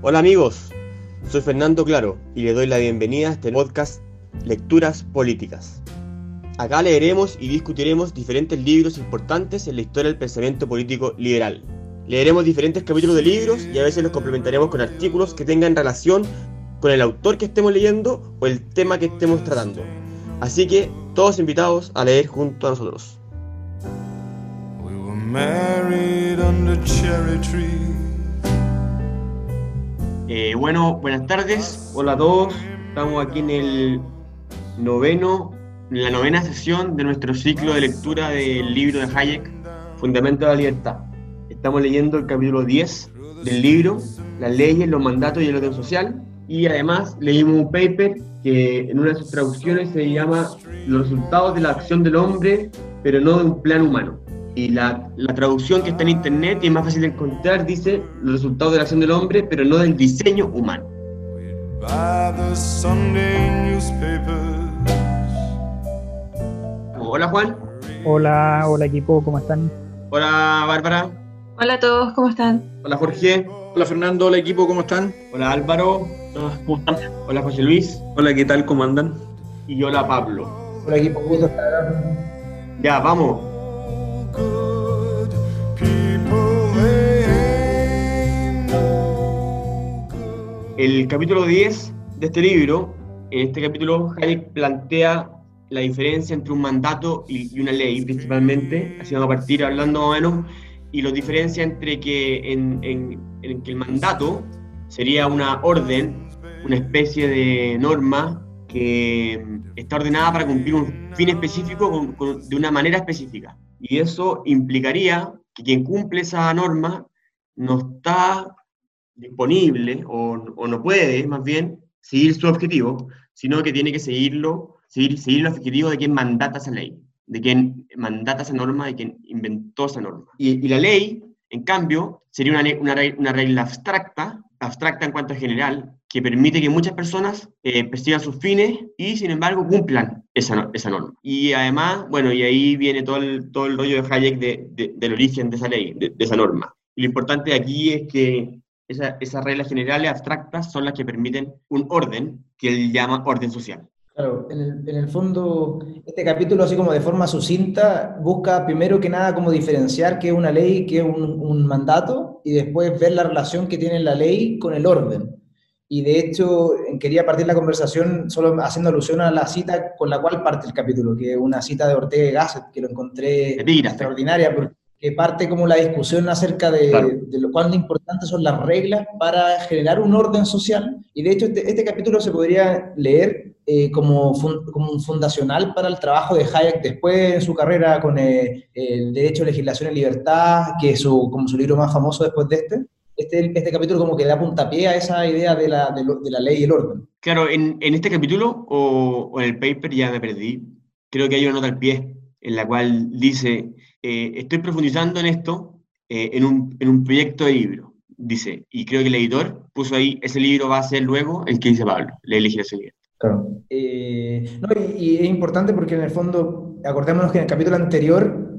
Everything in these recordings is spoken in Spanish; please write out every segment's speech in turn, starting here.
Hola amigos, soy Fernando Claro y le doy la bienvenida a este podcast Lecturas Políticas. Acá leeremos y discutiremos diferentes libros importantes en la historia del pensamiento político liberal. Leeremos diferentes capítulos de libros y a veces los complementaremos con artículos que tengan relación con el autor que estemos leyendo o el tema que estemos tratando. Así que todos invitados a leer junto a nosotros. We were married under cherry trees. Buenas tardes, hola a todos. Estamos aquí en la novena sesión de nuestro ciclo de lectura del libro de Hayek, Fundamento de la Libertad. Estamos leyendo el capítulo 10 del libro, las leyes, los mandatos y el orden social, y además leímos un paper que en una de sus traducciones se llama Los resultados de la acción del hombre, pero no de un plan humano. Y la traducción que está en internet y es más fácil de encontrar dice los resultados de la acción del hombre, pero no del diseño humano. By the Sunday newspapers. Hola Juan. Hola equipo, ¿cómo están? Hola Bárbara. Hola a todos, ¿cómo están? Hola Jorge. Hola Fernando, hola equipo, ¿cómo están? Hola Álvaro. ¿Cómo están? Hola José Luis. Hola, ¿qué tal? ¿Cómo andan? Y hola Pablo. Hola equipo, gusto estar. Ya, vamos. Good people, they ain't no good. El capítulo 10 de este libro, en este capítulo Hayek plantea la diferencia entre un mandato y una ley, principalmente, así vamos a partir hablando más o menos, y la diferencia entre que en que el mandato sería una orden, una especie de norma que está ordenada para cumplir un fin específico de una manera específica. Y eso implicaría que quien cumple esa norma no está disponible o no puede, más bien, seguir su objetivo, sino que tiene que seguir el objetivo de quien mandata esa ley, de quien mandata esa norma, de quien inventó esa norma. Y la ley, en cambio, sería una regla abstracta en cuanto a general, que permite que muchas personas persigan sus fines y, sin embargo, cumplan esa norma. Y además, bueno, y ahí viene todo el rollo de Hayek del origen de esa ley, de esa norma. Y lo importante aquí es que esas reglas generales abstractas son las que permiten un orden que él llama orden social. Claro, en el fondo, este capítulo, así como de forma sucinta, busca primero que nada como diferenciar qué es una ley, qué es un mandato, y después ver la relación que tiene la ley con el orden. Y de hecho, quería partir la conversación solo haciendo alusión a la cita con la cual parte el capítulo, que es una cita de Ortega y Gasset, que lo encontré extraordinaria, porque parte como la discusión acerca de lo cuán importantes son las reglas para generar un orden social. Y de hecho, este capítulo se podría leer como un fundacional para el trabajo de Hayek después en su carrera con el Derecho, Legislación y Libertad, que es como su libro más famoso después de este capítulo como que da puntapié a esa idea de la ley y el orden. Claro, en este capítulo o en el paper ya me perdí, creo que hay una nota al pie en la cual dice, estoy profundizando en esto en un proyecto de libro, dice, y creo que el editor puso ahí, ese libro va a ser luego el que dice Pablo, Ley, Legislación y Libertad. Claro. No, y es importante porque en el fondo, acordémonos que en el capítulo anterior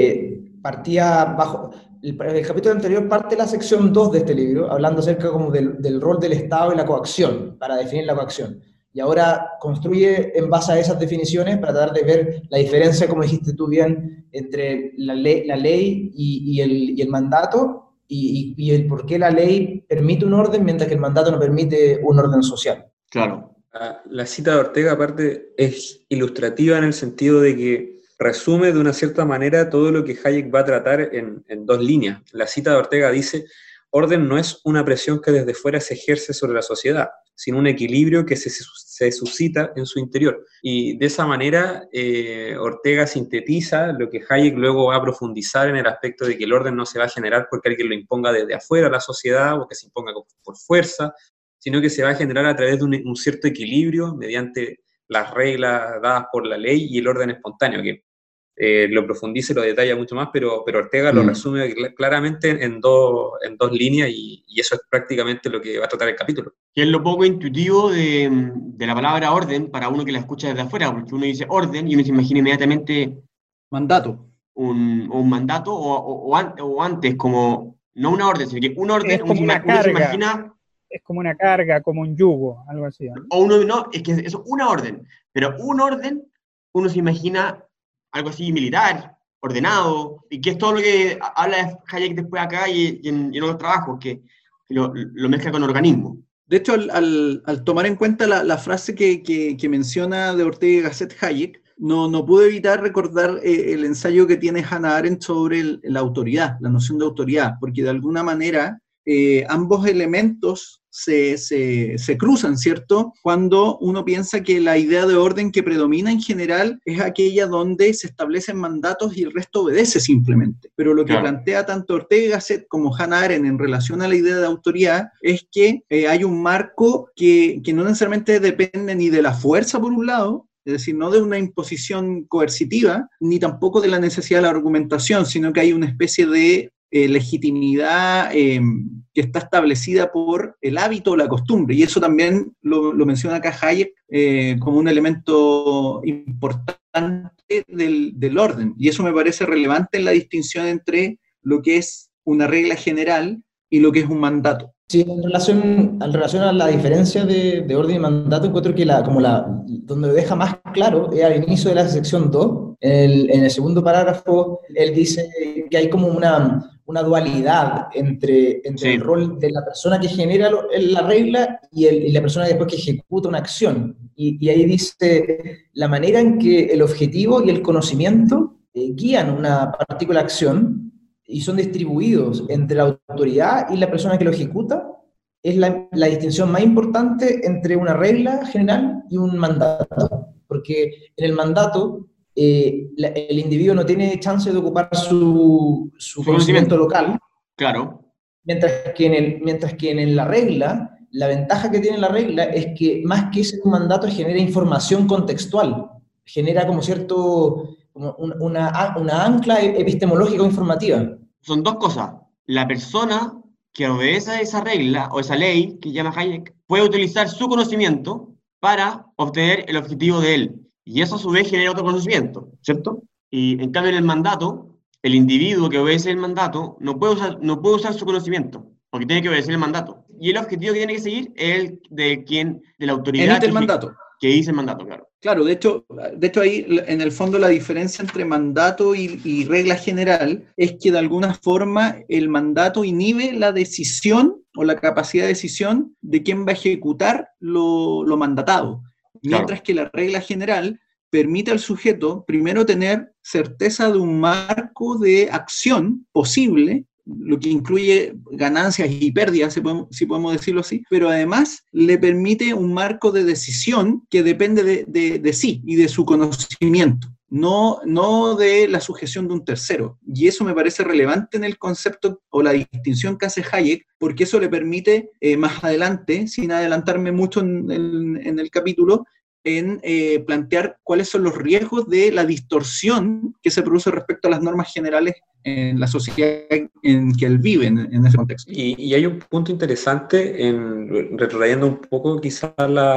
partía bajo... El capítulo anterior parte la sección 2 de este libro, hablando acerca como del rol del Estado y la coacción, para definir la coacción. Y ahora construye en base a esas definiciones para tratar de ver la diferencia, como dijiste tú bien, entre la ley y el mandato, y el por qué la ley permite un orden mientras que el mandato no permite un orden social. Claro. La cita de Ortega, aparte, es ilustrativa en el sentido de que resume de una cierta manera todo lo que Hayek va a tratar en dos líneas. La cita de Ortega dice, orden no es una presión que desde fuera se ejerce sobre la sociedad, sino un equilibrio que se suscita en su interior. Y de esa manera, Ortega sintetiza lo que Hayek luego va a profundizar en el aspecto de que el orden no se va a generar porque alguien lo imponga desde afuera a la sociedad o que se imponga por fuerza, sino que se va a generar a través de un cierto equilibrio mediante las reglas dadas por la ley y el orden espontáneo, que lo profundiza y lo detalla mucho más, pero Ortega lo resume claramente en dos líneas y eso es prácticamente lo que va a tratar el capítulo. Que es lo poco intuitivo de la palabra orden para uno que la escucha desde afuera, porque uno dice orden y uno se imagina inmediatamente Mandato. un mandato o antes como, no una orden, sino que un orden, Es como una uno se carga. imagina es como una carga, como un yugo, algo así, ¿no? O uno, no, es que eso es una orden, pero un orden, uno se imagina algo así militar, ordenado, y que es todo lo que habla Hayek después acá y en otros trabajos, que lo mezcla con organismo. De hecho, al tomar en cuenta la frase que menciona de Ortega y Gasset Hayek, no pude evitar recordar el ensayo que tiene Hannah Arendt sobre la autoridad, la noción de autoridad, porque de alguna manera ambos elementos se cruzan, ¿cierto? Cuando uno piensa que la idea de orden que predomina en general es aquella donde se establecen mandatos y el resto obedece simplemente. Pero lo que plantea tanto Ortega y Gasset como Hannah Arendt en relación a la idea de autoridad es que hay un marco que no necesariamente depende ni de la fuerza por un lado, es decir, no de una imposición coercitiva, ni tampoco de la necesidad de la argumentación, sino que hay una especie de legitimidad que está establecida por el hábito o la costumbre, y eso también lo menciona acá Hayek como un elemento importante del orden, y eso me parece relevante en la distinción entre lo que es una regla general y lo que es un mandato. Sí, en relación a la diferencia de orden y mandato, encuentro que donde lo deja más claro es al inicio de la sección 2. En el segundo parágrafo, él dice que hay como una dualidad entre el rol de la persona que genera la regla y la persona después que ejecuta una acción. Y ahí dice la manera en que el objetivo y el conocimiento guían una particular acción y son distribuidos entre la autoridad y la persona que lo ejecuta, es la distinción más importante entre una regla general y un mandato. Porque en el mandato, el individuo no tiene chance de ocupar su conocimiento local. Claro. Mientras que en la regla, la ventaja que tiene la regla es que más que ser un mandato genera información contextual, genera como una ancla epistemológica o informativa. Son dos cosas. La persona que obedece a esa regla o esa ley que llama Hayek puede utilizar su conocimiento para obtener el objetivo de él. Y eso a su vez genera otro conocimiento, ¿cierto? Y en cambio en el mandato, el individuo que obedece el mandato no puede usar su conocimiento, porque tiene que obedecer el mandato. Y el objetivo que tiene que seguir es el de la autoridad emite el mandato. Que dice el mandato, claro. Claro, de hecho ahí en el fondo la diferencia entre mandato y regla general es que de alguna forma el mandato inhibe la decisión o la capacidad de decisión de quién va a ejecutar lo mandatado, mientras que la regla general permite al sujeto primero tener certeza de un marco de acción posible, lo que incluye ganancias y pérdidas, si podemos decirlo así, pero además le permite un marco de decisión que depende de sí y de su conocimiento, no de la sujeción de un tercero. Y eso me parece relevante en el concepto o la distinción que hace Hayek, porque eso le permite más adelante, sin adelantarme mucho en el capítulo, en plantear cuáles son los riesgos de la distorsión que se produce respecto a las normas generales en la sociedad en que él vive en ese contexto. Y hay un punto interesante, retrayendo un poco quizás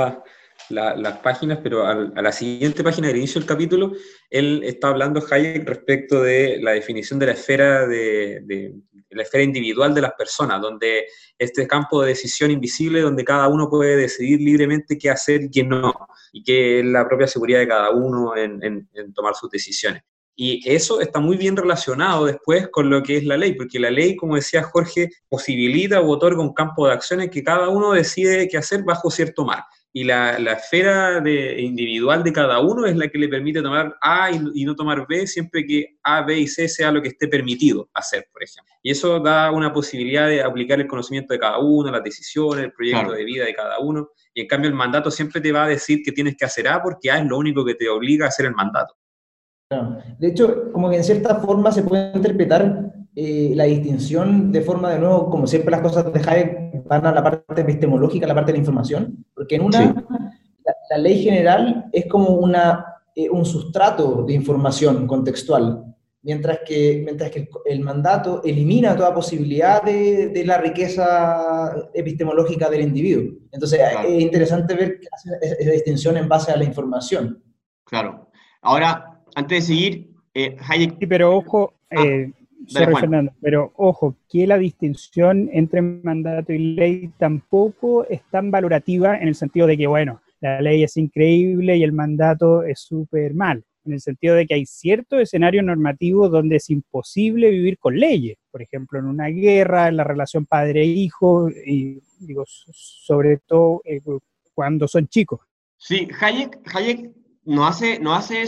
las páginas, pero a la siguiente página del inicio del capítulo, él está hablando, Hayek, respecto de la definición de la esfera la esfera individual de las personas, donde este campo de decisión invisible, donde cada uno puede decidir libremente qué hacer y qué no, y que es la propia seguridad de cada uno en tomar sus decisiones. Y eso está muy bien relacionado después con lo que es la ley, porque la ley, como decía Jorge, posibilita o otorga un campo de acciones que cada uno decide qué hacer bajo cierto marco. Y la esfera individual de cada uno es la que le permite tomar A y no tomar B, siempre que A, B y C sea lo que esté permitido hacer, por ejemplo. Y eso da una posibilidad de aplicar el conocimiento de cada uno, las decisiones, el proyecto de vida de cada uno. Y en cambio el mandato siempre te va a decir que tienes que hacer A porque A es lo único que te obliga a hacer el mandato. De hecho, como que en cierta forma se puede interpretar la distinción de forma, de nuevo, como siempre las cosas de Hayek van a la parte epistemológica, a la parte de la información, porque en la ley general es como un sustrato de información contextual, mientras que el mandato elimina toda posibilidad de la riqueza epistemológica del individuo. Entonces es interesante ver que hace esa distinción en base a la información. Claro. Ahora, antes de seguir, Hayek... Sí, pero ojo, Dale, sorry, Juan. Fernando, pero ojo, que la distinción entre mandato y ley tampoco es tan valorativa en el sentido de que, bueno, la ley es increíble y el mandato es súper mal, en el sentido de que hay ciertos escenarios normativos donde es imposible vivir con leyes, por ejemplo, en una guerra, en la relación padre-hijo, y digo, sobre todo cuando son chicos. Sí, Hayek no hace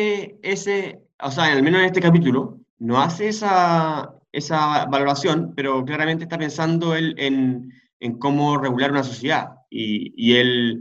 o sea, al menos en este capítulo, no hace esa valoración, pero claramente está pensando él en cómo regular una sociedad. Y él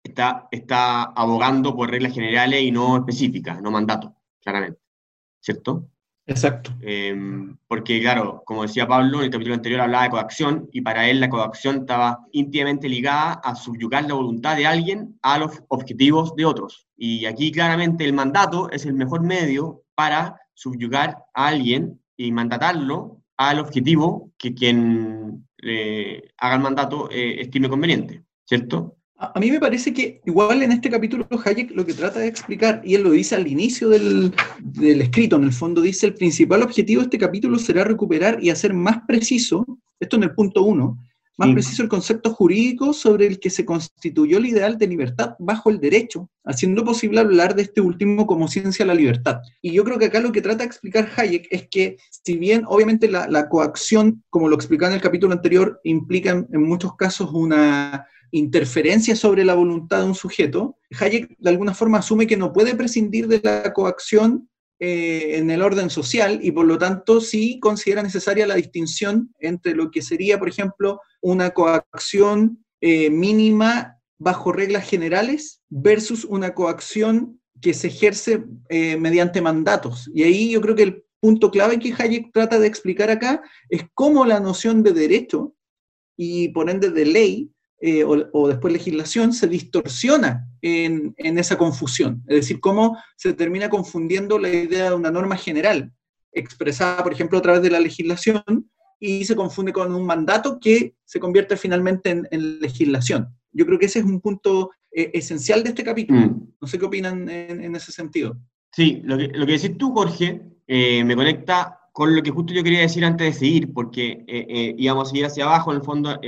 está abogando por reglas generales y no específicas, no mandatos, claramente. ¿Cierto? Exacto. Porque, claro, como decía Pablo, en el capítulo anterior hablaba de coacción, y para él la coacción estaba íntimamente ligada a subyugar la voluntad de alguien a los objetivos de otros. Y aquí claramente el mandato es el mejor medio para subyugar a alguien y mandatarlo al objetivo que quien haga el mandato estime conveniente, ¿cierto? A mí me parece que igual en este capítulo Hayek lo que trata de explicar, y él lo dice al inicio del escrito, en el fondo dice, el principal objetivo de este capítulo será recuperar y hacer más preciso, esto en el punto 1, más preciso el concepto jurídico sobre el que se constituyó el ideal de libertad bajo el derecho, haciendo posible hablar de este último como ciencia de la libertad. Y yo creo que acá lo que trata de explicar Hayek es que, si bien obviamente la coacción, como lo explicaba en el capítulo anterior, implica en muchos casos una interferencia sobre la voluntad de un sujeto, Hayek de alguna forma asume que no puede prescindir de la coacción en el orden social, y por lo tanto sí considera necesaria la distinción entre lo que sería, por ejemplo, una coacción mínima bajo reglas generales versus una coacción que se ejerce mediante mandatos. Y ahí yo creo que el punto clave que Hayek trata de explicar acá es cómo la noción de derecho y por ende de ley o después legislación se distorsiona en esa confusión. Es decir, cómo se termina confundiendo la idea de una norma general expresada, por ejemplo, a través de la legislación, y se confunde con un mandato que se convierte finalmente en legislación. Yo creo que ese es un punto esencial de este capítulo. No sé qué opinan en ese sentido. Sí, lo que decís tú, Jorge, me conecta con lo que justo yo quería decir antes de seguir, porque íbamos a seguir hacia abajo en el fondo,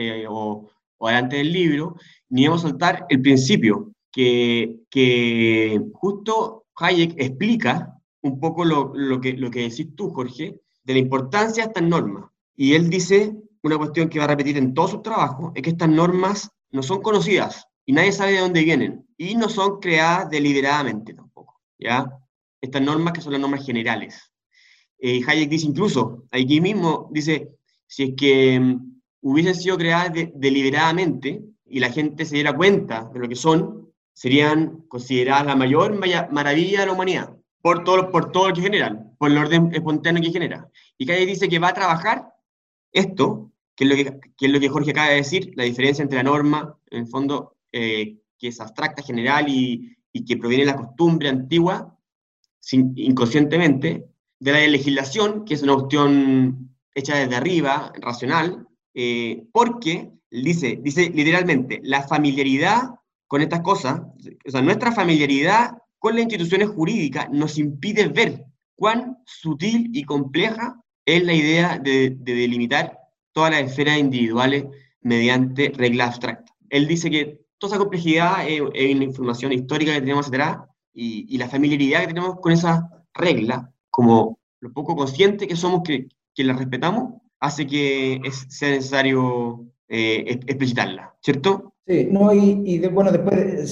o adelante del libro, ni íbamos a soltar el principio, que justo Hayek explica un poco lo que decís tú, Jorge, de la importancia de estas normas. Y él dice una cuestión que va a repetir en todos sus trabajos, es que estas normas no son conocidas, y nadie sabe de dónde vienen, y no son creadas deliberadamente tampoco, ¿ya? Estas normas que son las normas generales. Hayek dice incluso, aquí mismo, dice, si es que hubiesen sido creadas deliberadamente y la gente se diera cuenta de lo que son, serían consideradas la mayor maravilla de la humanidad, por todo lo que generan, por el orden espontáneo que genera. Y Hayek dice que va a trabajar esto, que es lo que Jorge acaba de decir, la diferencia entre la norma, en el fondo, que es abstracta, general y que proviene de la costumbre antigua, inconscientemente, de la legislación, que es una cuestión hecha desde arriba, racional, porque dice literalmente, la familiaridad con estas cosas, o sea, nuestra familiaridad con las instituciones jurídicas nos impide ver cuán sutil y compleja es la idea de delimitar todas las esferas individuales mediante reglas abstractas. Él dice que toda esa complejidad es una información histórica que tenemos atrás, y la familiaridad que tenemos con esas reglas, como lo poco consciente que somos que las respetamos, hace que sea necesario explicitarla, ¿cierto? Sí, no, bueno, después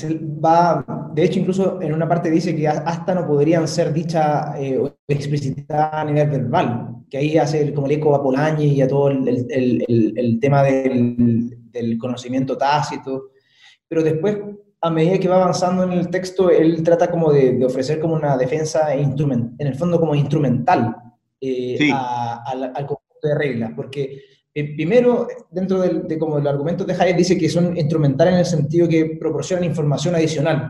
de hecho, incluso en una parte dice que hasta no podrían ser dichas o explicitadas a nivel verbal, que ahí hace como el eco a Polanyi y a todo el tema del conocimiento tácito, pero después, a medida que va avanzando en el texto, él trata como de ofrecer como una defensa en el fondo como instrumental Sí. al conjunto de reglas, porque primero, dentro como el argumento de Hayek, dice que son instrumentales en el sentido que proporcionan información adicional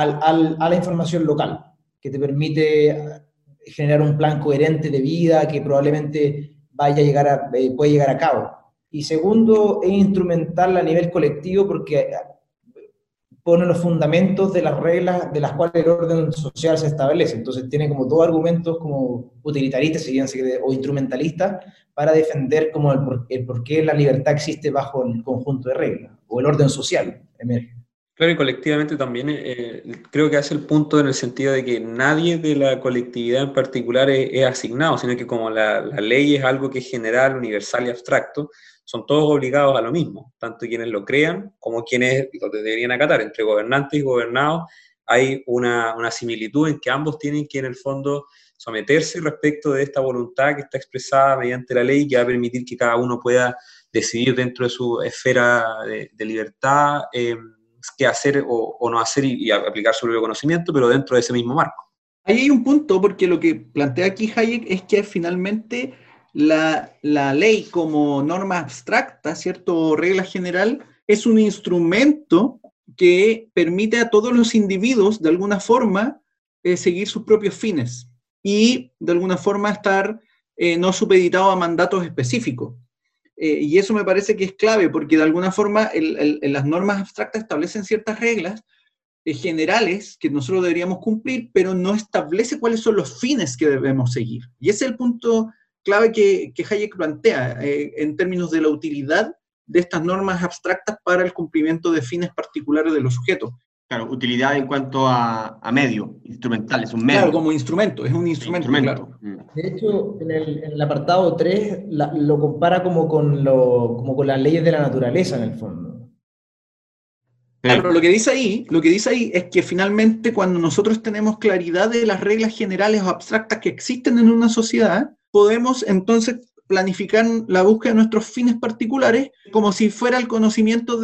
a la información local, que te permite generar un plan coherente de vida que probablemente puede llegar a cabo. Y segundo, es instrumental a nivel colectivo porque pone los fundamentos de las reglas de las cuales el orden social se establece. Entonces tiene como dos argumentos como utilitaristas, si bien se quiere, o instrumentalistas, para defender como el por qué la libertad existe bajo el conjunto de reglas, o el orden social emerge. Claro, y colectivamente también creo que hace el punto en el sentido de que nadie de la colectividad en particular es asignado, sino que como la ley es algo que es general, universal y abstracto, son todos obligados a lo mismo, tanto quienes lo crean como quienes lo deberían acatar. Entre gobernantes y gobernados hay una similitud en que ambos tienen que en el fondo someterse respecto de esta voluntad que está expresada mediante la ley y que va a permitir que cada uno pueda decidir dentro de su esfera de libertad qué hacer o no hacer y aplicar su propio conocimiento, pero dentro de ese mismo marco. Ahí hay un punto, porque lo que plantea aquí Hayek es que finalmente la ley como norma abstracta, ¿cierto? O regla general, es un instrumento que permite a todos los individuos, de alguna forma, seguir sus propios fines y, de alguna forma, estar no supeditado a mandatos específicos. Y eso me parece que es clave, porque de alguna forma las normas abstractas establecen ciertas reglas generales que nosotros deberíamos cumplir, pero no establece cuáles son los fines que debemos seguir. Y ese es el punto clave que Hayek plantea en términos de la utilidad de estas normas abstractas para el cumplimiento de fines particulares de los sujetos. Claro, utilidad en cuanto a medio, instrumental, es un medio. Claro, como instrumento, es un instrumento. Claro. De hecho, en el apartado 3 lo compara como con las leyes de la naturaleza, en el fondo. Claro, lo que dice ahí es que finalmente cuando nosotros tenemos claridad de las reglas generales o abstractas que existen en una sociedad, podemos entonces planificar la búsqueda de nuestros fines particulares como si fuera el conocimiento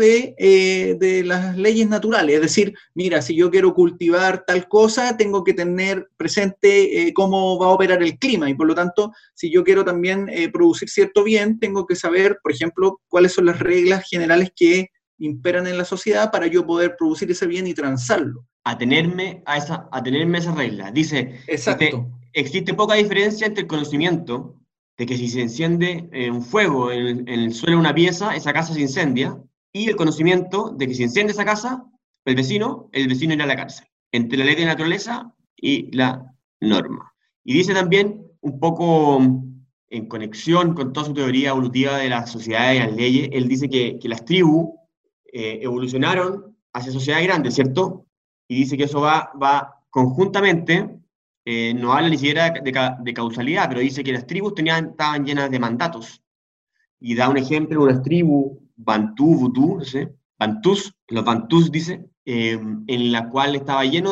de las leyes naturales. Es decir, mira, si yo quiero cultivar tal cosa, tengo que tener presente cómo va a operar el clima y por lo tanto, si yo quiero también producir cierto bien, tengo que saber, por ejemplo, cuáles son las reglas generales que imperan en la sociedad para yo poder producir ese bien y transarlo. Atenerme a esas reglas. Dice, exacto. Existe poca diferencia entre el conocimiento de que si se enciende un fuego en el suelo de una pieza, esa casa se incendia, y el conocimiento de que si enciende esa casa, el vecino irá a la cárcel. Entre la ley de la naturaleza y la norma. Y dice también, un poco en conexión con toda su teoría evolutiva de las sociedades y las leyes, él dice que las tribus evolucionaron hacia sociedades grandes, ¿cierto? Y dice que eso va conjuntamente. No habla ni siquiera de causalidad, pero dice que las tribus estaban llenas de mandatos. Y da un ejemplo de unas tribus, Bantú, Butú, no sé, Bantús, los Bantús dice, en la cual estaba lleno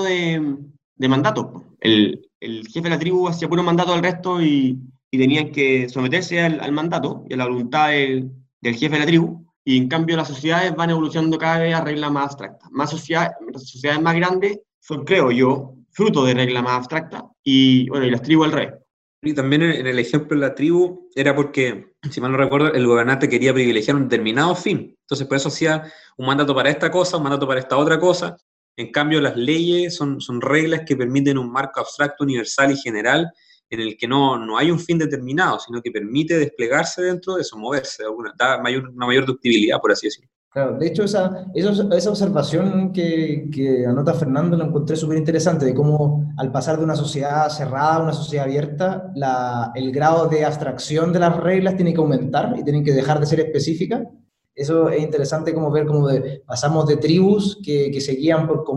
de mandatos. El jefe de la tribu hacía puro mandato al resto y tenían que someterse al mandato y a la voluntad del jefe de la tribu. Y en cambio las sociedades van evolucionando cada vez a reglas más abstractas. Sociedades más grandes son, creo yo, fruto de reglas más abstractas, y bueno, y las tribus al revés. Y también en el ejemplo de la tribu era porque, si mal no recuerdo, el gobernante quería privilegiar un determinado fin. Entonces, por eso hacía un mandato para esta cosa, un mandato para esta otra cosa. En cambio, las leyes son reglas que permiten un marco abstracto, universal y general, en el que no hay un fin determinado, sino que permite desplegarse dentro de eso, moverse, da una mayor ductibilidad, por así decirlo. Claro, de hecho esa observación que anota Fernando la encontré súper interesante, de cómo al pasar de una sociedad cerrada a una sociedad abierta, el grado de abstracción de las reglas tiene que aumentar y tienen que dejar de ser específicas. Eso es interesante como ver cómo pasamos de tribus que se guían por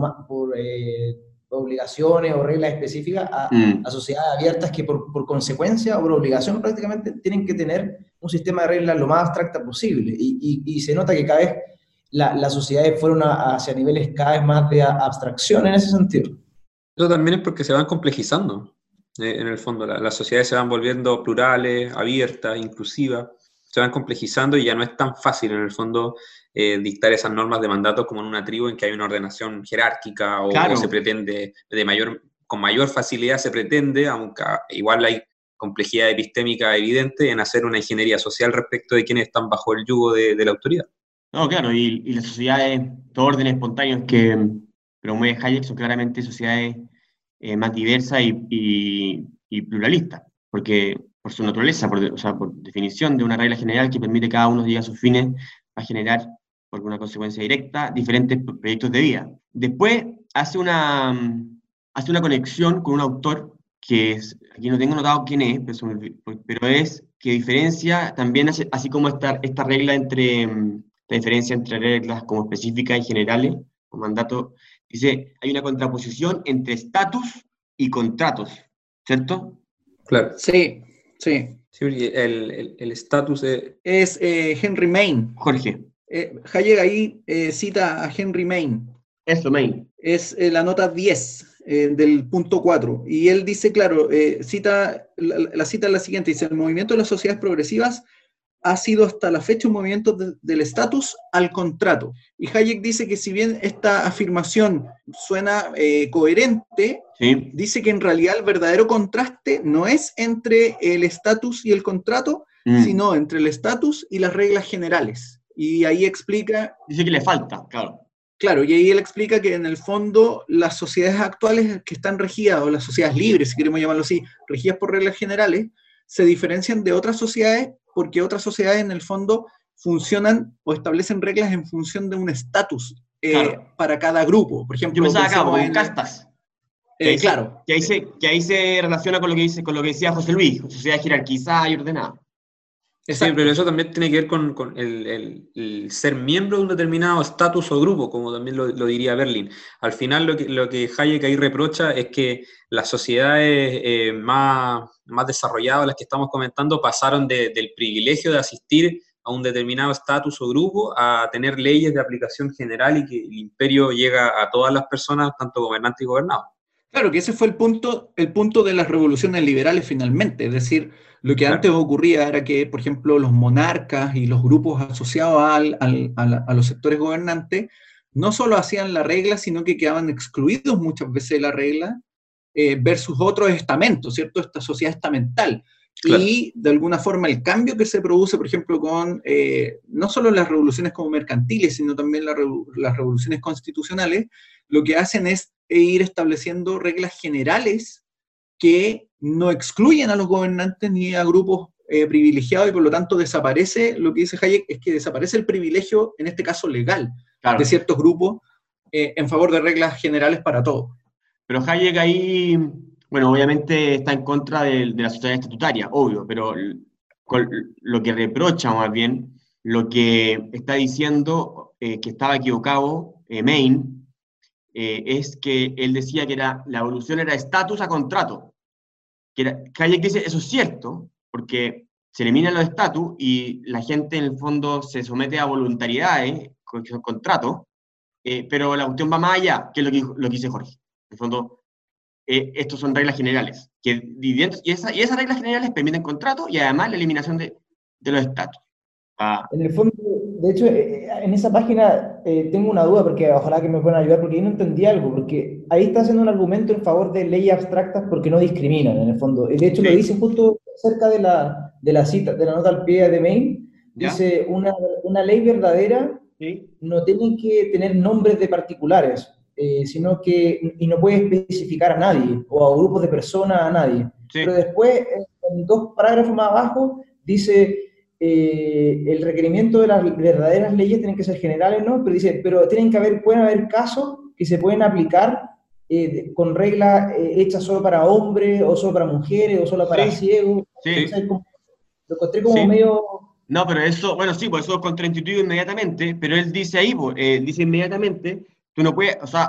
obligaciones o reglas específicas a sociedades abiertas que por consecuencia o por obligación prácticamente tienen que tener un sistema de reglas lo más abstracta posible. Y se nota que cada vez las sociedades fueron hacia niveles cada vez más de abstracción en ese sentido. Eso también es porque se van complejizando. En el fondo, las sociedades se van volviendo plurales, abiertas, inclusivas, se van complejizando y ya no es tan fácil en el fondo dictar esas normas de mandato como en una tribu en que hay una ordenación jerárquica o se pretende con mayor facilidad se pretende, aunque igual hay complejidad epistémica evidente en hacer una ingeniería social respecto de quienes están bajo el yugo de la autoridad. No, claro, y las sociedades de órdenes espontáneos que promueve Hayek son claramente sociedades más diversas y pluralistas, porque por su naturaleza, por definición de una regla general que permite a cada uno llegar a sus fines, va a generar por una consecuencia directa, diferentes proyectos de vida. Después hace una conexión con un autor que es, aquí no tengo notado quién es, pero es que diferencia también, así como esta regla entre, la diferencia entre reglas como específicas y generales, o mandato, dice, hay una contraposición entre estatus y contratos, ¿cierto? Claro. Sí, sí. Sí, porque el estatus Es Henry Maine. Jorge, Hayek ahí cita a Henry Maine. eso, main. Es la nota 10 del punto 4. Y él dice, claro, cita la cita es la siguiente, dice, el movimiento de las sociedades progresivas ha sido hasta la fecha un movimiento del estatus al contrato. Y Hayek dice que si bien esta afirmación suena coherente, Sí, dice que en realidad el verdadero contraste no es entre el estatus y el contrato, sino entre el estatus y las reglas generales. Y ahí explica, dice que le falta, claro. claro, y ahí él explica que en el fondo las sociedades actuales que están regidas, o las sociedades libres, si queremos llamarlo así, regidas por reglas generales, se diferencian de otras sociedades porque otras sociedades en el fondo funcionan o establecen reglas en función de un estatus Claro. para cada grupo. Por Yo ejemplo, pensaba acá, pensemos con en- castas. claro. Que ahí se relaciona con lo que decía José Luis, sociedad jerarquizada y ordenada. Sí, Exacto. pero eso también tiene que ver con el ser miembro de un determinado estatus o grupo, como también lo diría Berlin. Al final lo que Hayek ahí reprocha es que las sociedades más desarrolladas, las que estamos comentando, pasaron del privilegio de asistir a un determinado estatus o grupo a tener leyes de aplicación general y que el imperio llega a todas las personas, tanto gobernantes y gobernados. Claro, que ese fue el punto de las revoluciones liberales finalmente. Es decir, lo que Claro. antes ocurría era que, por ejemplo, los monarcas y los grupos asociados a los sectores gobernantes no solo hacían la regla, sino que quedaban excluidos muchas veces de la regla versus otros estamentos, ¿cierto? Esta sociedad estamental. Claro. Y de alguna forma el cambio que se produce, por ejemplo, con no solo las revoluciones como mercantiles, sino también las revoluciones constitucionales, lo que hacen es ir estableciendo reglas generales que no excluyen a los gobernantes ni a grupos privilegiados y por lo tanto desaparece, lo que dice Hayek es que desaparece el privilegio, en este caso legal, Claro. de ciertos grupos en favor de reglas generales para todos. Pero Hayek ahí, bueno, obviamente está en contra de la sociedad estatutaria, obvio, pero lo que reprocha más bien, lo que está diciendo que estaba equivocado Maine, es que él decía que la evolución era estatus a contrato. Hayek dice, eso es cierto, porque se eliminan los estatus y la gente en el fondo se somete a voluntariedades, que son contratos, pero la cuestión va más allá, que es lo que dice Jorge. En el fondo, estos son reglas generales, y esas reglas generales permiten contratos y además la eliminación de los estatus. En el fondo, de hecho, en esa página tengo una duda, porque ojalá que me puedan ayudar, porque yo no entendí algo, porque ahí está haciendo un argumento en favor de leyes abstractas porque no discriminan, en el fondo. Y de hecho, Sí. lo dice justo cerca de la cita, de la nota al pie de Maine, ¿Ya? dice, una ley verdadera ¿Sí? no tiene que tener nombres de particulares, sino que, y no puede especificar a nadie, o a grupos de personas, a nadie. Sí. Pero después, en 2 parágrafos más abajo, dice, el requerimiento de las verdaderas leyes tienen que ser generales, ¿no? Pero dice, pero pueden haber casos que se pueden aplicar con reglas hechas solo para hombres, o solo para mujeres, o solo para Sí. ciegos. Sí. O sea, lo encontré como Sí. medio... No, pero eso, bueno, sí, pues eso es contraintuitivo inmediatamente, pero él dice ahí, dice inmediatamente, tú no puedes, o sea,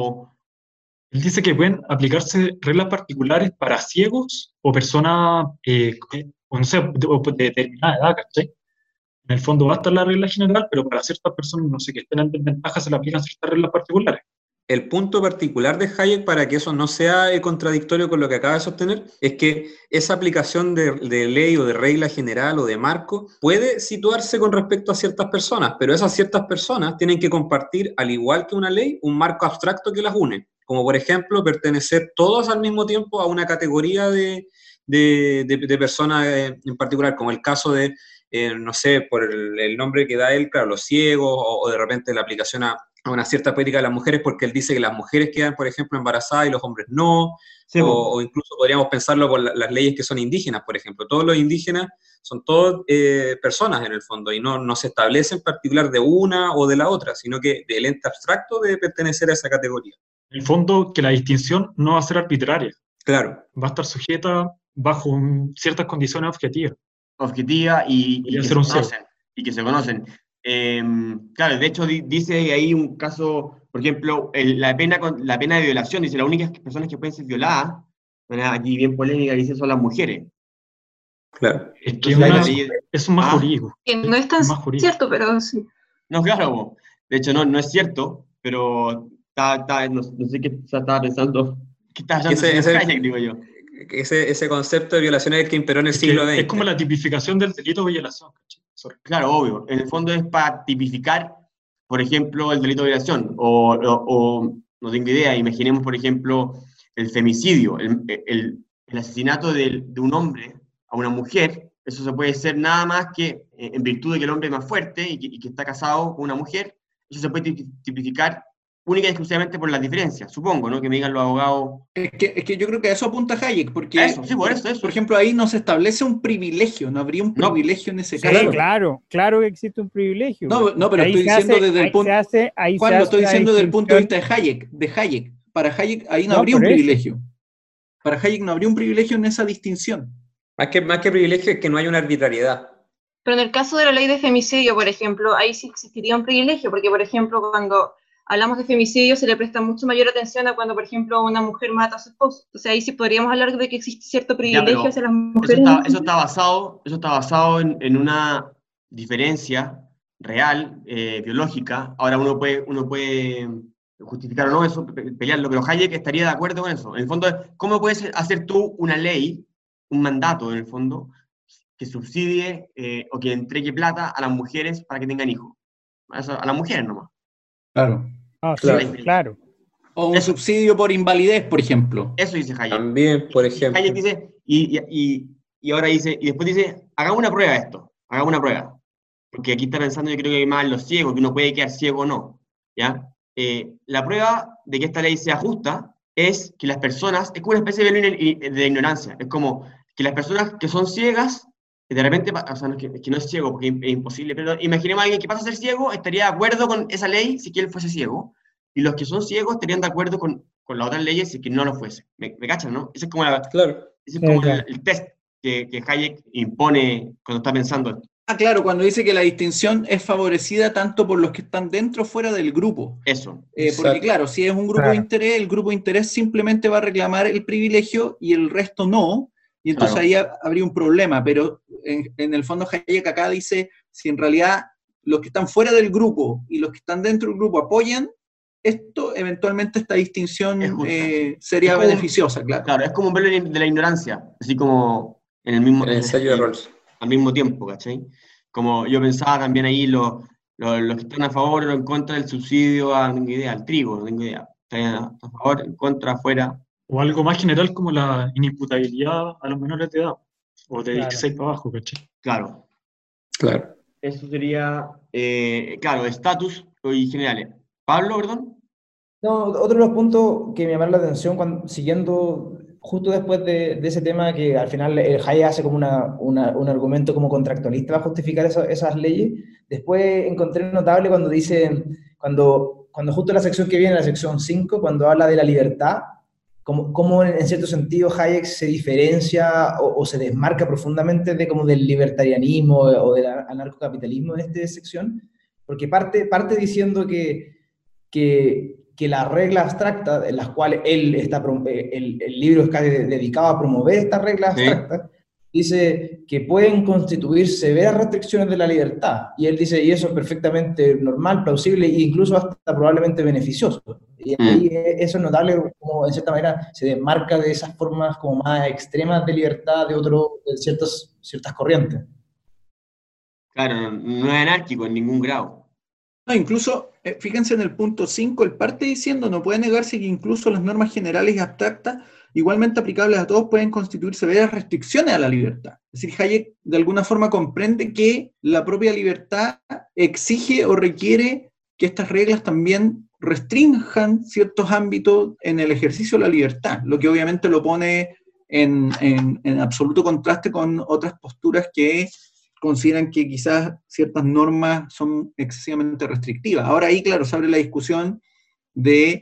Él dice que pueden aplicarse reglas particulares para ciegos o personas, o no sé, de determinada edad, ¿cachai? En el fondo va a estar la regla general, pero para ciertas personas, no sé, que estén en desventaja, se le aplican ciertas reglas particulares. El punto particular de Hayek, para que eso no sea contradictorio con lo que acaba de sostener, es que esa aplicación de ley o de regla general o de marco puede situarse con respecto a ciertas personas, pero esas ciertas personas tienen que compartir, al igual que una ley, un marco abstracto que las une, como por ejemplo pertenecer todos al mismo tiempo a una categoría de personas en particular, como el caso de, no sé, por el nombre que da él, claro, los ciegos, o de repente la aplicación a una cierta poética de las mujeres, porque él dice que las mujeres quedan, por ejemplo, embarazadas y los hombres no, Sí, po. o incluso podríamos pensarlo por las leyes que son indígenas, por ejemplo. Todos los indígenas son todos personas en el fondo, y no se establece en particular de una o de la otra, sino que del ente abstracto debe pertenecer a esa categoría. En el fondo, que la distinción no va a ser arbitraria, Claro, va a estar sujeta bajo ciertas condiciones objetivas. Objetiva y Podría que ser se un ciego. conocen. Y que se conocen. Claro, de hecho dice ahí un caso, por ejemplo, la pena de violación, dice las únicas personas que pueden ser violadas, una aquí bien polémica, dice son las mujeres. claro. Es que Entonces, la ley- es un más jurídico. Que no es tan Es más jurídico. cierto, pero sí. No, claro, po. De hecho no es cierto, pero no sé qué estaba pensando. ¿Qué estaba pensando el señor Hayek, digo yo? Ese concepto de violación es el que imperó en el Es siglo que XX. es como la tipificación del delito de violación. ¿cachai? Sorry. Claro, obvio. En el fondo es para tipificar, por ejemplo, el delito de violación. O no tengo idea, imaginemos, por ejemplo, el femicidio, el asesinato de un hombre a una mujer. Eso se puede hacer nada más que en virtud de que el hombre es más fuerte y que está casado con una mujer. Eso se puede tipificar única y exclusivamente por las diferencias, supongo, ¿no? Que me digan los abogados. Es que yo creo que a eso apunta Hayek, porque, Eso, sí, por eso. por ejemplo, ahí no se establece un privilegio, no habría un No. privilegio en ese Sí, caso. claro que existe un privilegio. No, pero Ahí estoy se diciendo hace- desde el ahí punto... se hace- ahí Juan, se lo hace estoy una diciendo desde el punto de distinción. vista de Hayek. Para Hayek ahí no No, habría un por eso. privilegio. Para Hayek no habría un privilegio en esa distinción. Más que privilegio es que no hay una arbitrariedad. Pero en el caso de la ley de femicidio, por ejemplo, ahí sí existiría un privilegio, porque, por ejemplo, cuando hablamos de femicidio se le presta mucho mayor atención a cuando, por ejemplo, una mujer mata a su esposo. Entonces ahí sí podríamos hablar de que existe cierto privilegio pero hacia las Eso mujeres. está basado en una diferencia real, biológica. Ahora uno puede justificar o no eso, pelearlo, pero Hayek estaría de acuerdo con eso. En el fondo, ¿cómo puedes hacer tú una ley, un mandato en el fondo, que subsidie o que entregue plata a las mujeres para que tengan hijos? A las mujeres nomás. Claro. Ah, Claro. sí, claro. O un Eso. subsidio por invalidez, por ejemplo. Eso dice Hayek. También, por Y ejemplo. Hayek dice, y ahora dice, y después dice, hagamos una prueba de esto, hagamos una prueba. Porque aquí está pensando, yo creo que hay más en los ciegos, que uno puede quedar ciego o no. ¿Ya? La prueba de que esta ley sea justa es que las personas, es como una especie de ignorancia, es como que las personas que son ciegas, de repente, o sea, no es que no es ciego, porque es imposible, pero imaginemos a alguien que pasa a ser ciego, estaría de acuerdo con esa ley si que él fuese ciego, y los que son ciegos estarían de acuerdo con las otras leyes si que no lo fuese. ¿Me cachan, no? Ese es como, Claro. ese es como Claro. el test que Hayek impone cuando está pensando esto. Ah, claro, cuando dice que la distinción es favorecida tanto por los que están dentro o fuera del grupo. Eso. Porque Exacto. claro, si es un grupo Claro. de interés, el grupo de interés simplemente va a reclamar el privilegio y el resto no, y entonces Claro. ahí habría un problema, pero en el fondo Hayek acá dice, si en realidad los que están fuera del grupo y los que están dentro del grupo apoyan esto, eventualmente esta distinción Es justa. sería Es como- beneficiosa, claro. Claro, es como un velo de la ignorancia, así como en el mismo, El ensayo de Rawls. al mismo tiempo, ¿cachai? Como yo pensaba también ahí, los que están a favor o en contra del subsidio no tengo idea, al trigo, no tengo idea. ¿Están a favor, en contra, afuera? O algo más general como la inimputabilidad a los menores de edad. O de Claro. 16 para abajo, ¿cachai? Claro. Claro. Eso sería, claro, estatus y generales. Pablo, perdón. No, otro de los puntos que me llamaron la atención, siguiendo justo después de ese tema, que al final el Hayek hace como un argumento como contractualista para justificar esas leyes, después encontré notable cuando dice, cuando justo la sección que viene, la sección 5, cuando habla de la libertad, como en cierto sentido Hayek se diferencia o se desmarca profundamente del libertarianismo o del anarcocapitalismo en esta sección, porque parte diciendo que las reglas abstractas, en las cuales el libro está dedicado a promover estas reglas Sí. abstractas, dice que pueden constituir severas restricciones de la libertad. Y él dice, y eso es perfectamente normal, plausible e incluso hasta probablemente beneficioso. Y ahí eso es notable, como en cierta manera se desmarca de esas formas como más extremas de libertad de ciertas corrientes. Claro, no es anárquico en ningún grado. No, incluso, fíjense en el punto 5, él parte diciendo, no puede negarse que incluso las normas generales y abstractas, igualmente aplicables a todos, pueden constituir severas restricciones a la libertad. Es decir, Hayek de alguna forma comprende que la propia libertad exige o requiere que estas reglas también restrinjan ciertos ámbitos en el ejercicio de la libertad, lo que obviamente lo pone en absoluto contraste con otras posturas que consideran que quizás ciertas normas son excesivamente restrictivas. Ahora ahí, claro, se abre la discusión de,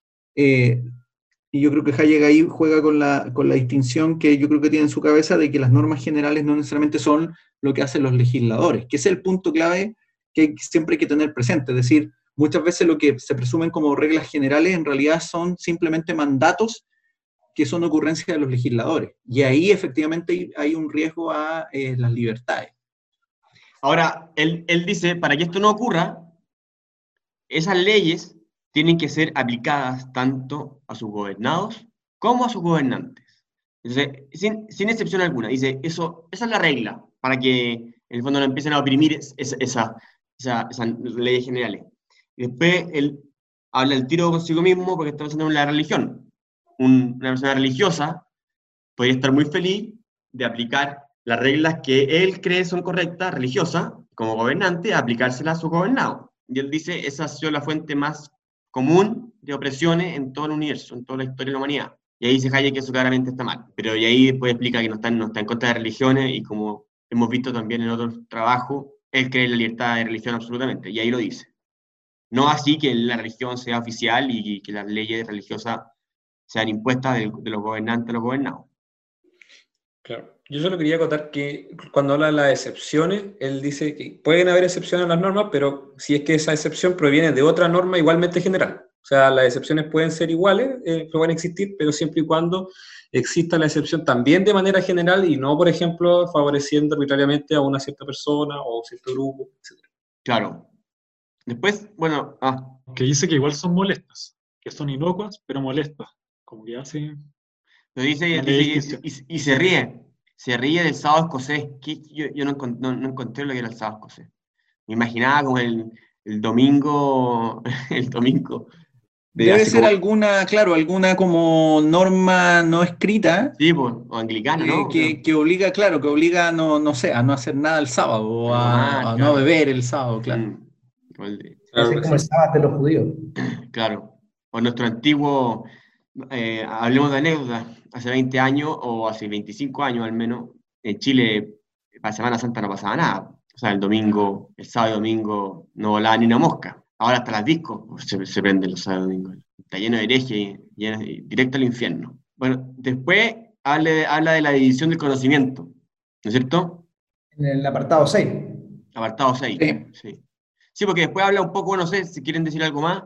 y yo creo que Hayek ahí juega con la distinción que yo creo que tiene en su cabeza de que las normas generales no necesariamente son lo que hacen los legisladores, que ese es el punto clave que siempre hay que tener presente. Es decir, muchas veces lo que se presumen como reglas generales en realidad son simplemente mandatos que son ocurrencias de los legisladores. Y ahí efectivamente hay un riesgo a las libertades. Ahora, él dice, para que esto no ocurra, esas leyes tienen que ser aplicadas tanto a sus gobernados como a sus gobernantes. Entonces, sin excepción alguna, dice, esa es la regla, para que en el fondo no empiecen a oprimir esas leyes generales. Y después él habla el tiro consigo mismo porque está pensando en la religión. Una persona religiosa podría estar muy feliz de aplicar las reglas que él cree son correctas, religiosas, como gobernante, aplicárselas a su gobernado. Y él dice, esa ha sido la fuente más común de opresiones en todo el universo, en toda la historia de la humanidad. Y ahí dice Hayek que eso claramente está mal. Pero y ahí después explica que no está en contra de religiones, y como hemos visto también en otros trabajos, él cree en la libertad de religión absolutamente, y ahí lo dice. No así que la religión sea oficial y que las leyes religiosas sean impuestas de los gobernantes a los gobernados. Claro. Yo solo quería acotar que cuando habla de las excepciones, él dice que pueden haber excepciones a las normas, pero si es que esa excepción proviene de otra norma igualmente general. O sea, las excepciones pueden ser iguales, pueden existir, pero siempre y cuando exista la excepción también de manera general y no, por ejemplo, favoreciendo arbitrariamente a una cierta persona o cierto grupo, etc. Claro. Después, bueno... Que dice que igual son molestas, que son inocuas, pero molestas. Como que hace... Lo dice y se ríe del sábado escocés. Yo no encontré lo que era el sábado escocés. Me imaginaba como el domingo, Debe ser alguna como norma no escrita. Sí, pues, o anglicana, ¿no? Que obliga, claro, que obliga no sé, a no hacer nada el sábado, o a no beber el sábado, claro. Es como el sábado de los judíos. Claro. O nuestro antiguo, hablemos de anécdotas, hace 20 años o hace 25 años al menos, en Chile, para Semana Santa no pasaba nada. O sea, el sábado y domingo no volaba ni una mosca. Ahora hasta las discos se prenden los sábados y domingos. Está lleno de herejes, directo al infierno. Bueno, después habla de la división del conocimiento, ¿no es cierto? En el apartado 6. Apartado 6, sí. Sí, porque después habla un poco, no sé si quieren decir algo más,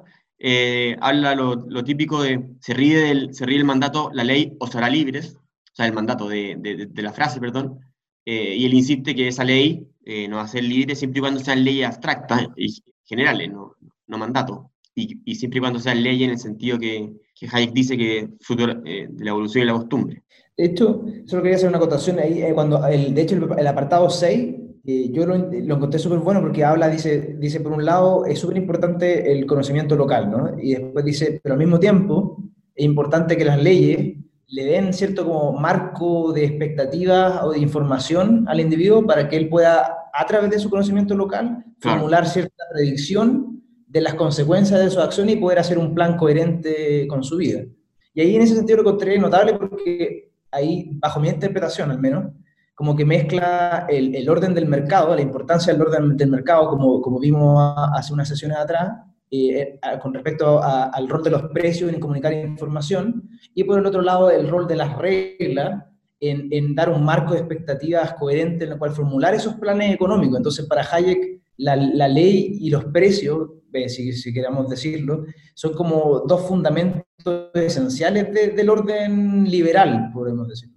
habla lo típico de, se ríe del mandato, la ley os hará libres, o sea, el mandato de la frase, perdón, y él insiste que esa ley no va a ser libre siempre y cuando sean leyes abstractas y generales, no mandatos, y siempre y cuando sean leyes en el sentido que Hayek dice que fruto de la evolución y la costumbre. De hecho, solo quería hacer una acotación ahí, de hecho el apartado 6, yo lo encontré súper bueno porque dice por un lado, es súper importante el conocimiento local, ¿no? Y después dice, pero al mismo tiempo, es importante que las leyes le den cierto como marco de expectativas o de información al individuo para que él pueda, a través de su conocimiento local, formular cierta predicción de las consecuencias de su acción y poder hacer un plan coherente con su vida. Y ahí en ese sentido lo encontré notable porque ahí, bajo mi interpretación al menos, como que mezcla el orden del mercado, la importancia del orden del mercado, como vimos hace unas sesiones atrás, con respecto al rol de los precios en comunicar información, y por el otro lado el rol de las reglas en dar un marco de expectativas coherente en el cual formular esos planes económicos. Entonces para Hayek la ley y los precios, si queramos decirlo, son como dos fundamentos esenciales del orden liberal, podemos decirlo.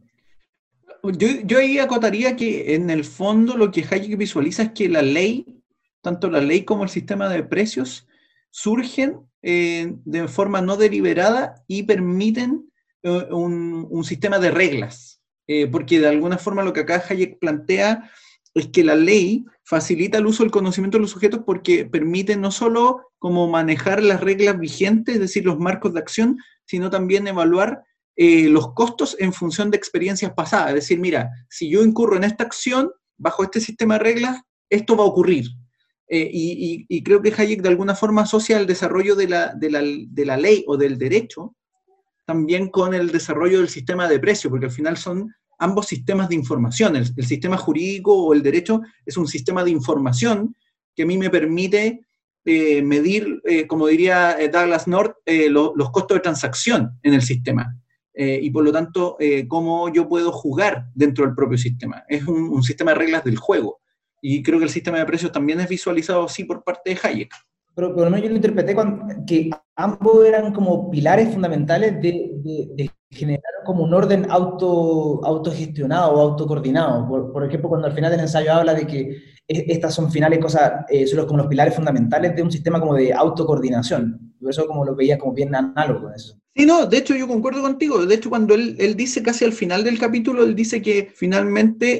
Yo ahí acotaría que en el fondo lo que Hayek visualiza es que la ley, tanto la ley como el sistema de precios, surgen de forma no deliberada y permiten un sistema de reglas, porque de alguna forma lo que acá Hayek plantea es que la ley facilita el uso del conocimiento de los sujetos porque permite no solo como manejar las reglas vigentes, es decir, los marcos de acción, sino también evaluar los costos en función de experiencias pasadas. Es decir, mira, si yo incurro en esta acción, bajo este sistema de reglas, esto va a ocurrir. Y creo que Hayek de alguna forma asocia el desarrollo de la ley o del derecho también con el desarrollo del sistema de precios, porque al final son ambos sistemas de información. El sistema jurídico o el derecho es un sistema de información que a mí me permite medir, como diría Douglas North, los costos de transacción en el sistema. Y por lo tanto, cómo yo puedo jugar dentro del propio sistema. Es un sistema de reglas del juego. Y creo que el sistema de precios también es visualizado así por parte de Hayek. Pero por lo menos yo lo interpreté que ambos eran como pilares fundamentales de generar como un orden autogestionado o autocoordinado. Por ejemplo, cuando al final del ensayo habla de que estas son son como los pilares fundamentales de un sistema como de autocoordinación. Por eso como lo veía como bien análogo con eso. Sí, no, de hecho yo concuerdo contigo. De hecho, cuando él dice casi al final del capítulo, él dice que finalmente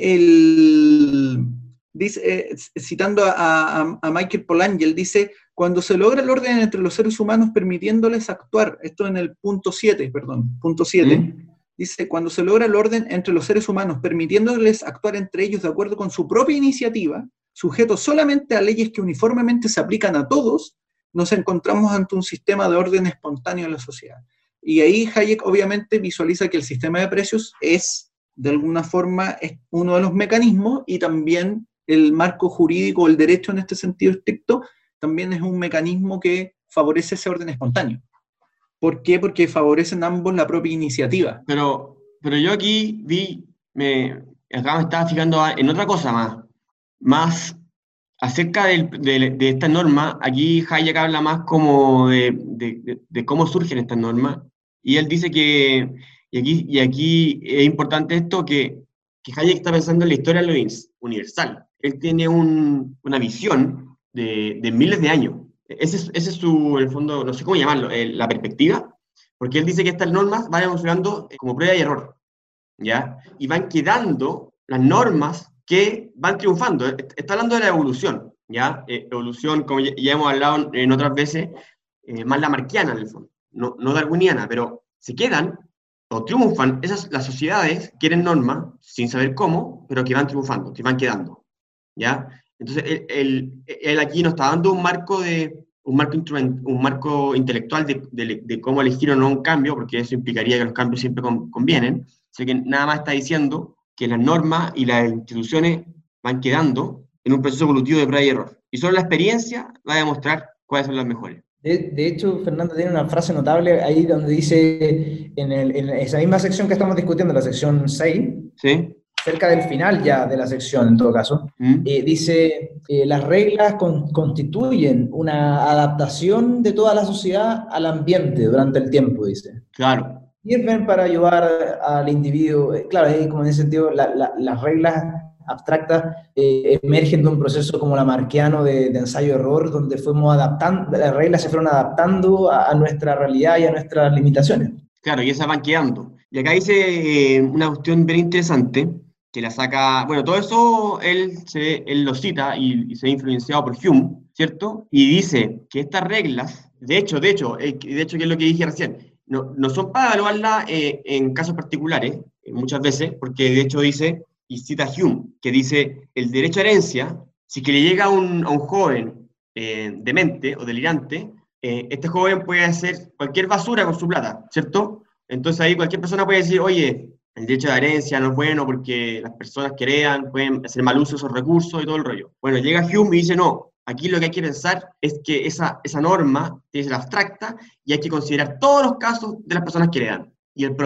citando a Michael Polanyi, dice, cuando se logra el orden entre los seres humanos permitiéndoles actuar, esto en el punto 7, dice, cuando se logra el orden entre los seres humanos permitiéndoles actuar entre ellos de acuerdo con su propia iniciativa, sujetos solamente a leyes que uniformemente se aplican a todos, nos encontramos ante un sistema de orden espontáneo en la sociedad. Y ahí Hayek obviamente visualiza que el sistema de precios es, de alguna forma, es uno de los mecanismos, y también el marco jurídico, el derecho en este sentido estricto, también es un mecanismo que favorece ese orden espontáneo. ¿Por qué? Porque favorecen ambos la propia iniciativa. Pero yo aquí acá me estaba fijando en otra cosa más acerca de esta norma. Aquí Hayek habla más como de cómo surgen estas normas, y él dice que, y aquí es importante esto, que Hayek está pensando en la historia de lo universal. Él tiene una visión de miles de años. Ese es su, en el fondo, no sé cómo llamarlo, la perspectiva, porque él dice que estas normas van evolucionando como prueba y error, ¿ya? Y van quedando las normas que van triunfando. Está hablando de la evolución, ¿ya? Evolución, como ya hemos hablado en otras veces, más lamarckiana en el fondo, no darwiniana, pero se quedan o triunfan las sociedades que quieren normas sin saber cómo, pero que van triunfando, que van quedando, ¿ya? Entonces, él aquí nos está dando un marco intelectual de cómo elegir o no un cambio, porque eso implicaría que los cambios siempre convienen. Así que nada más está diciendo que las normas y las instituciones van quedando en un proceso evolutivo de prueba y error. Y solo la experiencia va a demostrar cuáles son las mejores. De hecho, Fernando tiene una frase notable ahí donde dice, en esa misma sección que estamos discutiendo, la sección 6, ¿sí? Cerca del final ya de la sección, en todo caso, dice, las reglas constituyen una adaptación de toda la sociedad al ambiente durante el tiempo, dice. Claro. Sirven para ayudar al individuo, claro, como en ese sentido, las reglas abstractas emergen de un proceso como lamarckiano de ensayo-error, donde fuimos adaptando, las reglas se fueron adaptando a nuestra realidad y a nuestras limitaciones. Claro, y esas van quedando. Y acá dice una cuestión bien interesante, que la saca, bueno, todo eso él lo cita y se ha influenciado por Hume, ¿cierto? Y dice que estas reglas, de hecho, que es lo que dije recién, no son para evaluarlas en casos particulares, muchas veces, porque de hecho dice, y cita Hume, que dice, el derecho a herencia, si que le llega a un joven demente o delirante, este joven puede hacer cualquier basura con su plata, ¿cierto? Entonces ahí cualquier persona puede decir, oye, el derecho de herencia no es bueno porque las personas que heredan pueden hacer mal uso de esos recursos y todo el rollo. Bueno, llega Hume y dice, no, aquí lo que hay que pensar es que esa norma tiene que ser abstracta y hay que considerar todos los casos de las personas que heredan. Y en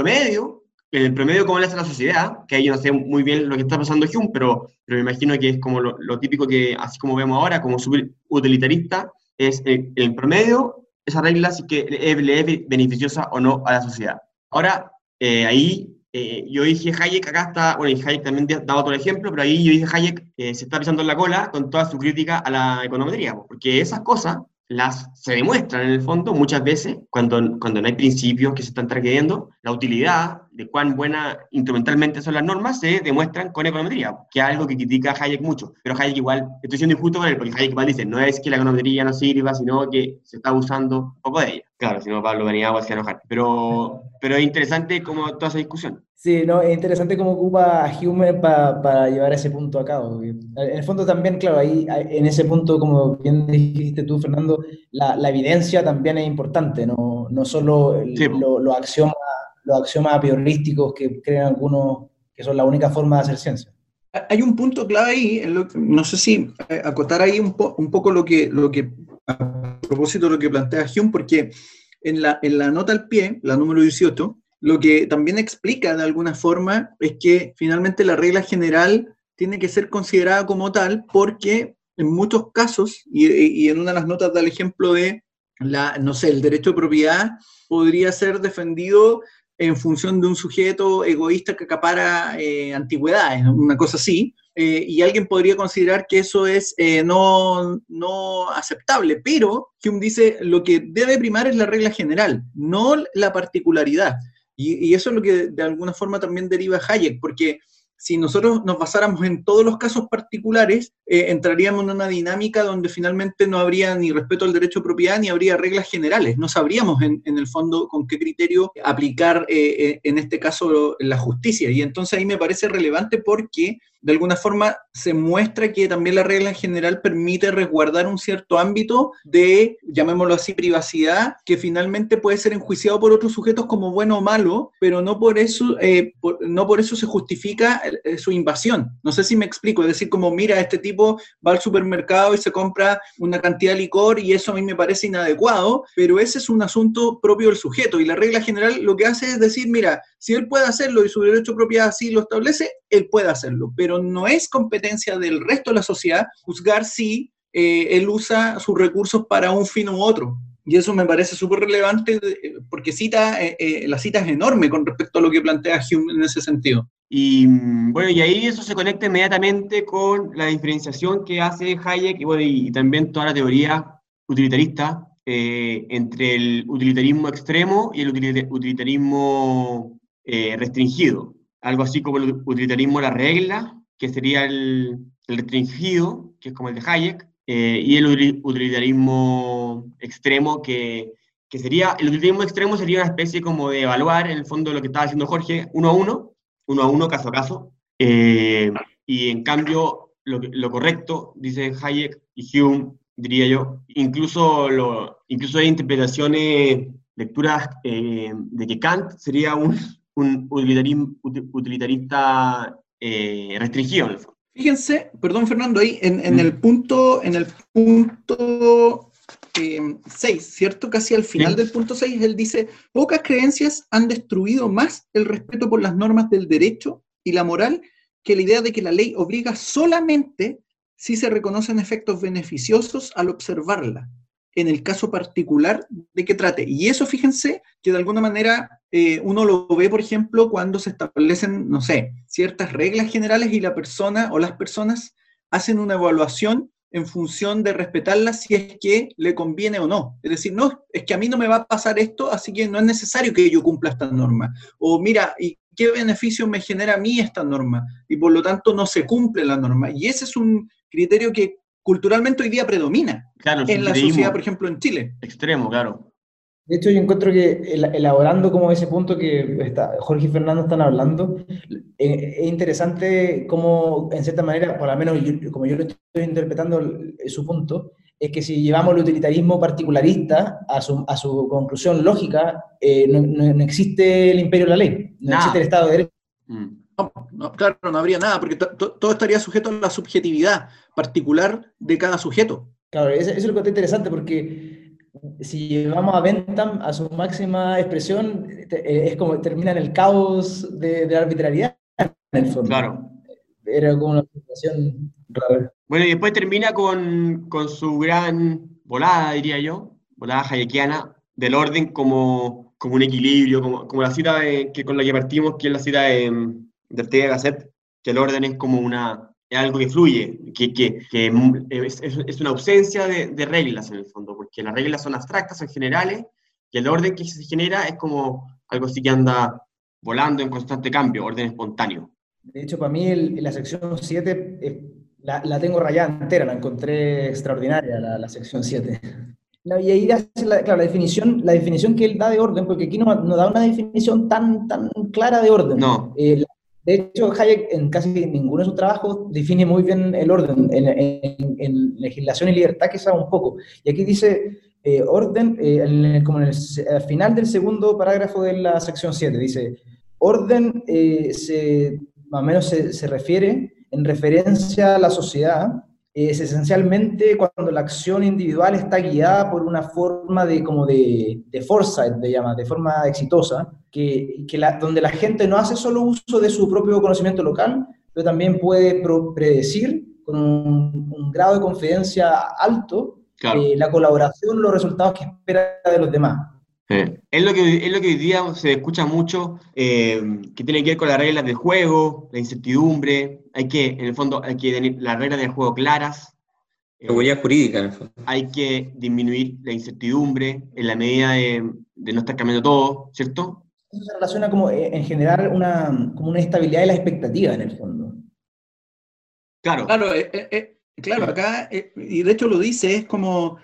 el promedio como le hace la sociedad, que ahí yo no sé muy bien lo que está pasando Hume, pero me imagino que es como lo típico que, así como vemos ahora, como súper utilitarista, es el promedio, esa regla sí que le es beneficiosa o no a la sociedad. Ahora, ahí yo dije Hayek, acá está, bueno, y Hayek también daba otro ejemplo, pero ahí yo dije Hayek se está pisando en la cola con toda su crítica a la econometría, porque esas cosas se demuestran en el fondo muchas veces cuando no hay principios que se están transgrediendo. La utilidad de cuán buena instrumentalmente son las normas se demuestran con econometría, que es algo que critica Hayek mucho. Pero Hayek igual, estoy siendo injusto con él, porque Hayek igual dice, no es que la econometría no sirva, sino que se está usando un poco de ella. Claro, si no Pablo Paniagua se va a enojar. Pero es interesante como toda esa discusión. Sí, no, es interesante cómo ocupa a Hume para llevar ese punto a cabo. En el fondo también, claro, en ese punto, como bien dijiste tú, Fernando, la evidencia también es importante, no solo Sí, po. los axiomas a priorísticos que creen algunos que son la única forma de hacer ciencia. Hay un punto clave ahí, no sé si acotar ahí un poco a propósito de lo que plantea Hume, porque en la nota al pie, la número 18, lo que también explica de alguna forma es que finalmente la regla general tiene que ser considerada como tal porque en muchos casos, y en una de las notas da el ejemplo de, no sé, el derecho de propiedad podría ser defendido en función de un sujeto egoísta que acapara antigüedades, una cosa así, y alguien podría considerar que eso es no aceptable, pero Hume dice lo que debe primar es la regla general, no la particularidad. Y eso es lo que de alguna forma también deriva Hayek, porque si nosotros nos basáramos en todos los casos particulares, entraríamos en una dinámica donde finalmente no habría ni respeto al derecho de propiedad ni habría reglas generales. No sabríamos en el fondo con qué criterio aplicar en este caso la justicia. Y entonces ahí me parece relevante porque de alguna forma se muestra que también la regla general permite resguardar un cierto ámbito de, llamémoslo así, privacidad, que finalmente puede ser enjuiciado por otros sujetos como bueno o malo, pero no por eso se justifica su invasión. No sé si me explico, es decir, como mira, este tipo va al supermercado y se compra una cantidad de licor y eso a mí me parece inadecuado, pero ese es un asunto propio del sujeto y la regla general lo que hace es decir, mira, si él puede hacerlo y su derecho de propiedad así lo establece, él puede hacerlo, pero no es competencia del resto de la sociedad juzgar si él usa sus recursos para un fin u otro. Y eso me parece súper relevante porque la cita es enorme con respecto a lo que plantea Hume en ese sentido. Y bueno, y ahí eso se conecta inmediatamente con la diferenciación que hace Hayek y, bueno, y también toda la teoría utilitarista entre el utilitarismo extremo y el utilitarismo restringido. Algo así como el utilitarismo de la regla, que sería el restringido, que es como el de Hayek, y el utilitarismo extremo, que sería, el utilitarismo extremo sería una especie como de evaluar, en el fondo, lo que estaba haciendo Jorge, uno a uno, caso a caso, y en cambio lo correcto, dice Hayek y Hume, diría yo, incluso hay interpretaciones, lecturas de que Kant sería un utilitarista restringido en el fondo. Fíjense, perdón Fernando, ahí en el punto 6, ¿cierto? Casi al final del punto 6, él dice, pocas creencias han destruido más el respeto por las normas del derecho y la moral que la idea de que la ley obliga solamente si se reconocen efectos beneficiosos al observarla, en el caso particular de que trate. Y eso, fíjense, que de alguna manera uno lo ve, por ejemplo, cuando se establecen, no sé, ciertas reglas generales y la persona o las personas hacen una evaluación en función de respetarlas si es que le conviene o no. Es decir, no, es que a mí no me va a pasar esto, así que no es necesario que yo cumpla esta norma. O mira, ¿y qué beneficio me genera a mí esta norma? Y por lo tanto no se cumple la norma. Y ese es un criterio que culturalmente hoy día predomina Claro, el en la subjetivismo sociedad, por ejemplo, en Chile. extremo, claro. De hecho, yo encuentro que elaborando como ese punto que Jorge y Fernando están hablando, es interesante cómo, en cierta manera, por lo menos como yo lo estoy interpretando su punto, es que si llevamos el utilitarismo particularista a su conclusión lógica, no existe el imperio de la ley, no existe el Estado de Derecho. No, claro, no habría nada, porque todo estaría sujeto a la subjetividad particular de cada sujeto. Claro, eso es lo que está interesante, porque si llevamos a Bentham a su máxima expresión, es como termina en el caos de la arbitrariedad, en el fondo. Claro. Era como una situación rara. Bueno, y después termina con su gran volada, diría yo, volada hayekiana, del orden como un equilibrio, como la cita con la que partimos, que es la cita de Ortega y Gasset, que el orden es como es algo que fluye, que es una ausencia de reglas en el fondo, porque las reglas son abstractas, son generales, y el orden que se genera es como algo así que anda volando en constante cambio, orden espontáneo. De hecho, para mí la sección 7 la tengo rayada entera, la encontré extraordinaria, la sección 7. No, y ahí hace claro, la definición que él da de orden, porque aquí no da una definición tan clara de orden. No. De hecho, Hayek en casi ninguno de sus trabajos define muy bien el orden. En Legislación y Libertad quizá un poco. Y aquí dice orden, como al final del segundo parágrafo de la sección 7, dice, orden más o menos se refiere en referencia a la sociedad, es esencialmente cuando la acción individual está guiada por una forma de foresight, de forma exitosa, donde la gente no hace solo uso de su propio conocimiento local, pero también puede predecir con un grado de confidencia alto Claro. la colaboración, los resultados que espera de los demás. Es lo que hoy día se escucha mucho, que tiene que ver con las reglas del juego, la incertidumbre, en el fondo, hay que tener las reglas del juego claras. Seguridad jurídica, en el fondo. Hay que disminuir la incertidumbre en la medida de no estar cambiando todo, ¿cierto? Eso se relaciona en generar como una estabilidad de las expectativas, en el fondo. Claro. Claro, acá, y de hecho lo dice, es como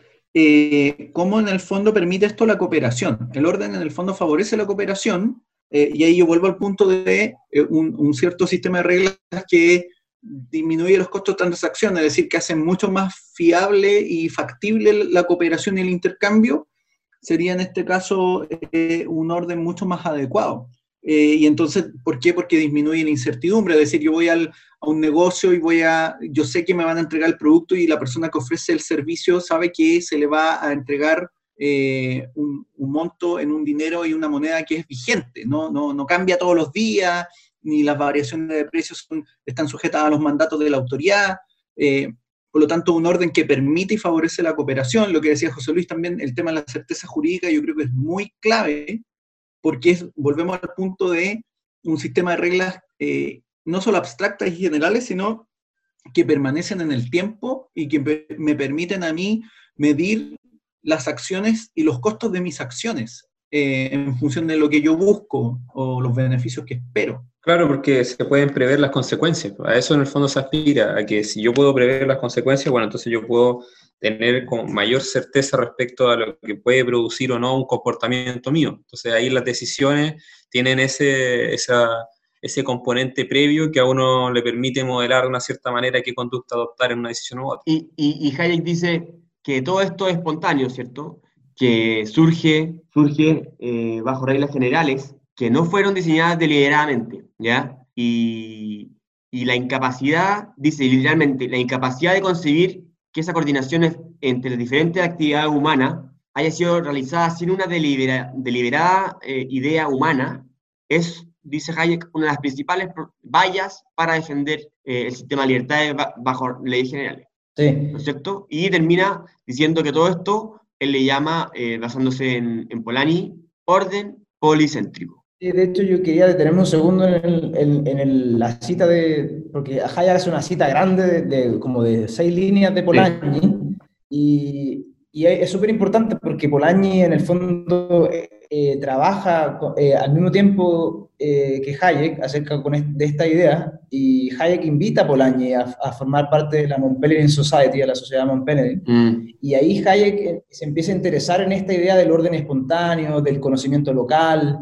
cómo en el fondo permite esto la cooperación. El orden en el fondo favorece la cooperación, y ahí yo vuelvo al punto de un cierto sistema de reglas que disminuye los costos de transacción, es decir, que hacen mucho más fiable y factible la cooperación y el intercambio, sería en este caso un orden mucho más adecuado. Y entonces, ¿por qué? Porque disminuye la incertidumbre, es decir, yo voy a un negocio y yo sé que me van a entregar el producto y la persona que ofrece el servicio sabe que se le va a entregar un monto en un dinero y una moneda que es vigente, no cambia todos los días, ni las variaciones de precios están sujetas a los mandatos de la autoridad. Por lo tanto, un orden que permite y favorece la cooperación. Lo que decía José Luis también, el tema de la certeza jurídica, yo creo que es muy clave, porque volvemos al punto de un sistema de reglas no solo abstractas y generales, sino que permanecen en el tiempo y que me permiten a mí medir las acciones y los costos de mis acciones en función de lo que yo busco o los beneficios que espero. Claro, porque se pueden prever las consecuencias. A eso en el fondo se aspira, a que si yo puedo prever las consecuencias, bueno, entonces yo puedo tener con mayor certeza respecto a lo que puede producir o no un comportamiento mío. Entonces ahí las decisiones tienen ese componente previo que a uno le permite modelar de una cierta manera qué conducta adoptar en una decisión u otra. Y Hayek dice que todo esto es espontáneo, ¿cierto? Que surge bajo reglas generales que no fueron diseñadas deliberadamente, ¿ya? Y la incapacidad, dice literalmente, la incapacidad de concebir que esa coordinación entre las diferentes actividades humanas haya sido realizada sin una deliberada idea humana, es, dice Hayek, una de las principales vallas para defender el sistema de libertades bajo leyes generales. Sí. ¿No es cierto? Y termina diciendo que todo esto, él le llama, basándose en Polanyi, orden policéntrico. Sí, de hecho, yo quería detenerme un segundo en la cita porque Hayek hace una cita grande como de 6 líneas de Polanyi, sí. Y es súper importante porque Polanyi en el fondo trabaja al mismo tiempo que Hayek acerca de esta idea, y Hayek invita a Polanyi a formar parte de la Mont Pelerin Society, de la sociedad Mont Pelerin, y ahí Hayek se empieza a interesar en esta idea del orden espontáneo, del conocimiento local,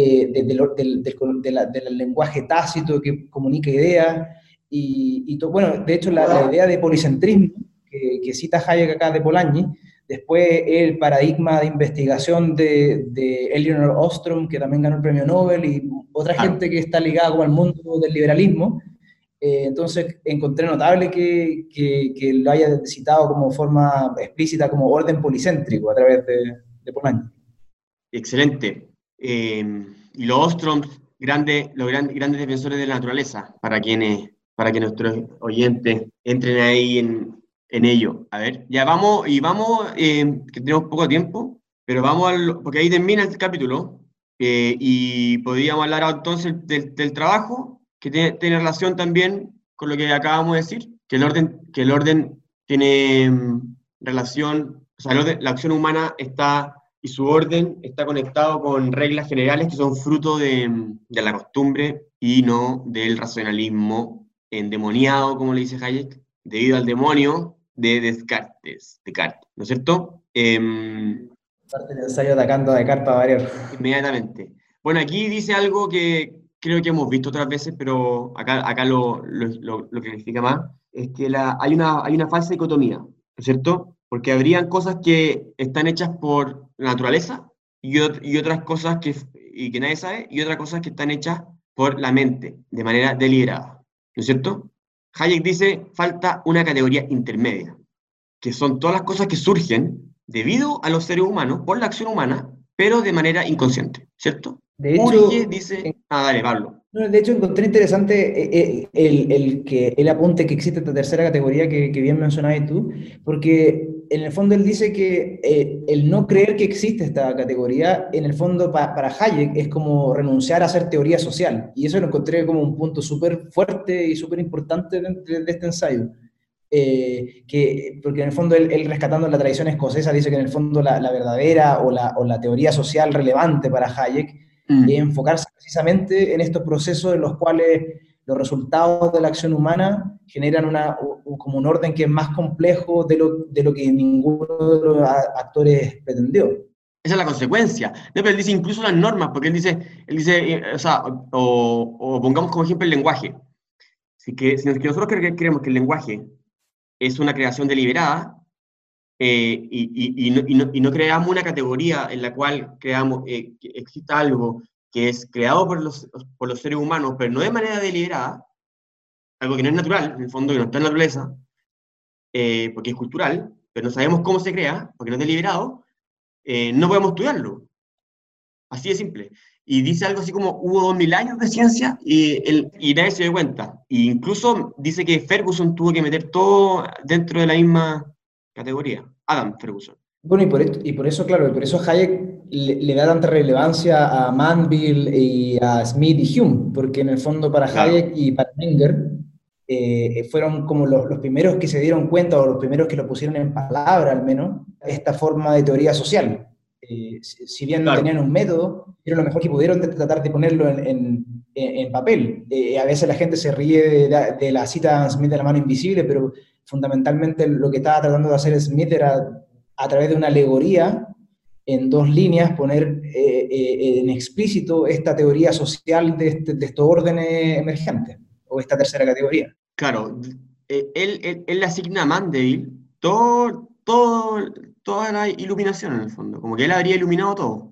del lenguaje tácito que comunica ideas, bueno, de hecho la idea de policentrismo que cita Hayek acá de Polanyi, después el paradigma de investigación de Elinor Ostrom, que también ganó el premio Nobel, y otra gente que está ligada como al mundo del liberalismo. Entonces encontré notable que lo haya citado como forma explícita como orden policéntrico a través de Polanyi. Excelente. Y los Ostrom, los grandes defensores de la naturaleza, para que nuestros oyentes entren ahí en ello. A ver, ya vamos, que tenemos poco tiempo, pero porque ahí termina el capítulo, y podríamos hablar entonces del trabajo, que tiene relación también con lo que acabamos de decir, que el orden tiene relación, o sea, la acción humana y su orden está conectado con reglas generales que son fruto de la costumbre y no del racionalismo endemoniado, como le dice Hayek, debido al demonio de Descartes, ¿no es cierto? Parte del ensayo atacando a Descartes para variar. Inmediatamente. Bueno, aquí dice algo que creo que hemos visto otras veces, pero acá lo clarifica más, es que hay una falsa dicotomía, ¿no es cierto? Porque habrían cosas que están hechas por la naturaleza y otras cosas que nadie sabe, y otras cosas que están hechas por la mente, de manera deliberada, ¿no es cierto? Hayek dice, falta una categoría intermedia, que son todas las cosas que surgen debido a los seres humanos, por la acción humana, pero de manera inconsciente, ¿cierto? De hecho, Urge dice, dale, Pablo. no, de hecho, encontré interesante el apunte que existe esta tercera categoría que bien mencionabas tú, porque en el fondo él dice que el no creer que existe esta categoría, en el fondo para Hayek es como renunciar a hacer teoría social, y eso lo encontré como un punto súper fuerte y súper importante de este ensayo. Porque en el fondo él rescatando la tradición escocesa dice que en el fondo la verdadera o la teoría social relevante para Hayek es enfocarse precisamente en estos procesos en los cuales los resultados de la acción humana generan como un orden que es más complejo de lo que ninguno de los actores pretendió. Esa es la consecuencia. No, pero él dice incluso las normas, porque él dice o sea, o pongamos como ejemplo el lenguaje. Si nosotros creemos que el lenguaje es una creación deliberada, y no creamos una categoría en la cual creamos que exista algo que es creado por los seres humanos, pero no de manera deliberada, algo que no es natural, en el fondo que no está en la naturaleza, porque es cultural, pero no sabemos cómo se crea, porque no es deliberado, no podemos estudiarlo. Así de simple. Y dice algo así como, hubo 2000 años de ciencia y nadie se dio cuenta. E incluso dice que Ferguson tuvo que meter todo dentro de la misma categoría. Adam Ferguson. Bueno, y por eso, claro, y por eso Hayek le da tanta relevancia a Manville y a Smith y Hume, porque en el fondo para Hayek y para Menger fueron como los primeros que se dieron cuenta, o los primeros que lo pusieron en palabra al menos, esta forma de teoría social. Si bien no tenían un método, hicieron lo mejor que pudieron de tratar de ponerlo en papel. A veces la gente se ríe de la cita de Smith de la mano invisible, pero fundamentalmente lo que estaba tratando de hacer Smith era, a través de una alegoría, en 2 líneas, poner en explícito esta teoría social de estos órdenes emergentes, o esta tercera categoría. Claro, él le asigna a Mandeville toda la iluminación en el fondo, como que él habría iluminado todo.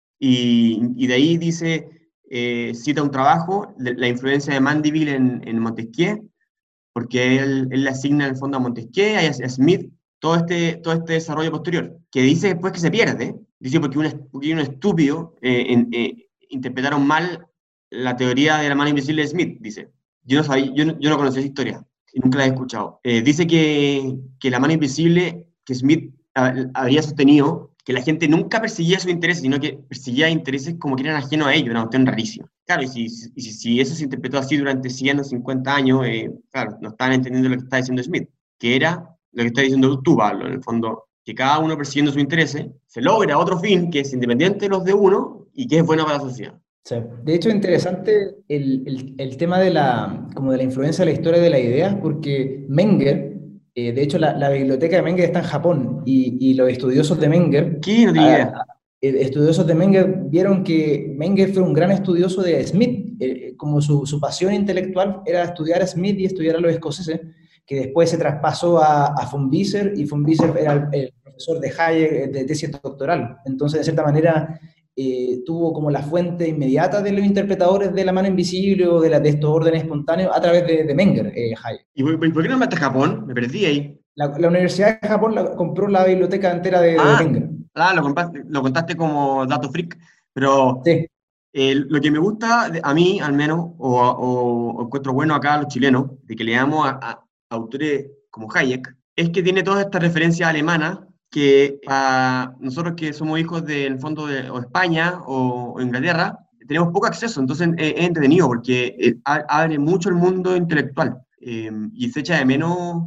Y de ahí dice, cita un trabajo, la influencia de Mandeville en Montesquieu, porque él le asigna en el fondo a Montesquieu y a Smith todo este desarrollo posterior, que dice después que se pierde, dice porque un estúpido interpretaron mal la teoría de la mano invisible de Smith, dice. Yo no conocía esa historia, y nunca la he escuchado. Dice que la mano invisible, que Smith habría sostenido, que la gente nunca perseguía sus intereses, sino que perseguía intereses como que eran ajenos a ellos, una cuestión rarísima. Claro, y si eso se interpretó así durante 100 o 50 años, claro, no estaban entendiendo lo que está diciendo Smith, que era lo que está diciendo tú, Pablo, en el fondo, que cada uno persiguiendo sus intereses, se logra otro fin que es independiente de los de uno y que es bueno para la sociedad. Sí. De hecho, es interesante el tema como de la influencia de la historia de las ideas, porque Menger, de hecho la biblioteca de Menger está en Japón, y los estudiosos de Menger, ¿Qué? No tenía idea. Estudiosos de Menger vieron que Menger fue un gran estudioso de Smith, como su pasión intelectual era estudiar a Smith y estudiar a los escoceses, que después se traspasó a von Wieser, y von Wieser era el profesor de Hayek de tesis doctoral. Entonces, de cierta manera, tuvo como la fuente inmediata de los interpretadores de la mano invisible o de estos órdenes espontáneos a través de Menger, Hayek. ¿Y por qué no me a Japón? Me perdí ahí. La Universidad de Japón compró la biblioteca entera de Menger. Lo contaste como dato freak, pero sí. Lo que me gusta, a mí al menos, o encuentro bueno acá a los chilenos, de que leamos a autores como Hayek, es que tiene todas estas referencias alemanas que para nosotros que somos hijos del fondo de o España o Inglaterra, tenemos poco acceso, entonces es entretenido porque abre mucho el mundo intelectual, y se echa de menos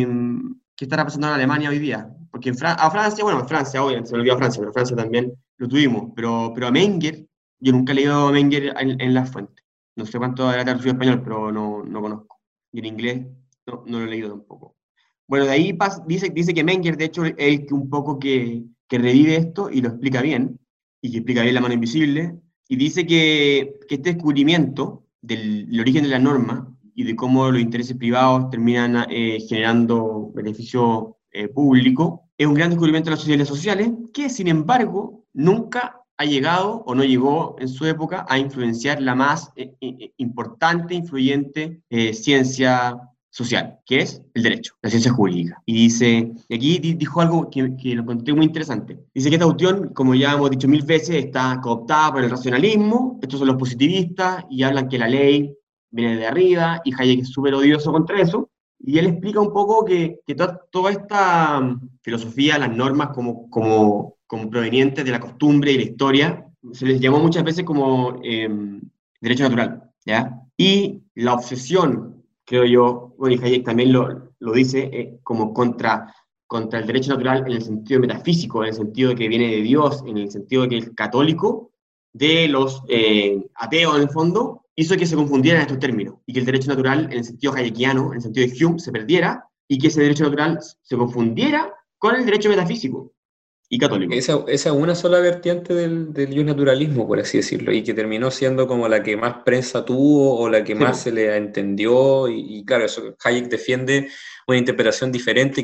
qué estará pasando en Alemania hoy día, porque a Francia, bueno, Francia, obviamente, se me olvidó Francia, pero Francia también lo tuvimos, pero a Menger, yo nunca he leído a Menger en las fuentes, no sé cuánto era traducido español, pero no conozco, y en inglés no lo he leído tampoco. Bueno, de ahí dice que Menger, de hecho, es el que un poco que revive esto y lo explica bien, y que explica bien la mano invisible, y dice que este descubrimiento del origen de la norma y de cómo los intereses privados terminan generando beneficio público, es un gran descubrimiento de las ciencias sociales que, sin embargo, nunca ha llegado o no llegó en su época a influenciar la más importante, influyente ciencia social, que es el derecho, la ciencia jurídica. Y dice, y aquí dijo algo que lo encontré muy interesante. Dice que esta cuestión, como ya hemos dicho 1000 veces, está cooptada por el racionalismo, estos son los positivistas, y hablan que la ley viene de arriba, y Hayek es súper odioso contra eso, y él explica un poco que toda esta filosofía, las normas como provenientes de la costumbre y la historia, se les llamó muchas veces como derecho natural, ¿ya? Y la obsesión, creo yo, bueno, y Hayek también lo dice, como contra el derecho natural en el sentido metafísico, en el sentido de que viene de Dios, en el sentido de que el católico, de los ateos en el fondo, hizo que se confundieran estos términos, y que el derecho natural, en el sentido hayekiano, en el sentido de Hume, se perdiera, y que ese derecho natural se confundiera con el derecho metafísico y católico. Esa es una sola vertiente del naturalismo, por así decirlo, y que terminó siendo como la que más prensa tuvo o la que más se le entendió, y claro, eso, Hayek defiende una interpretación diferente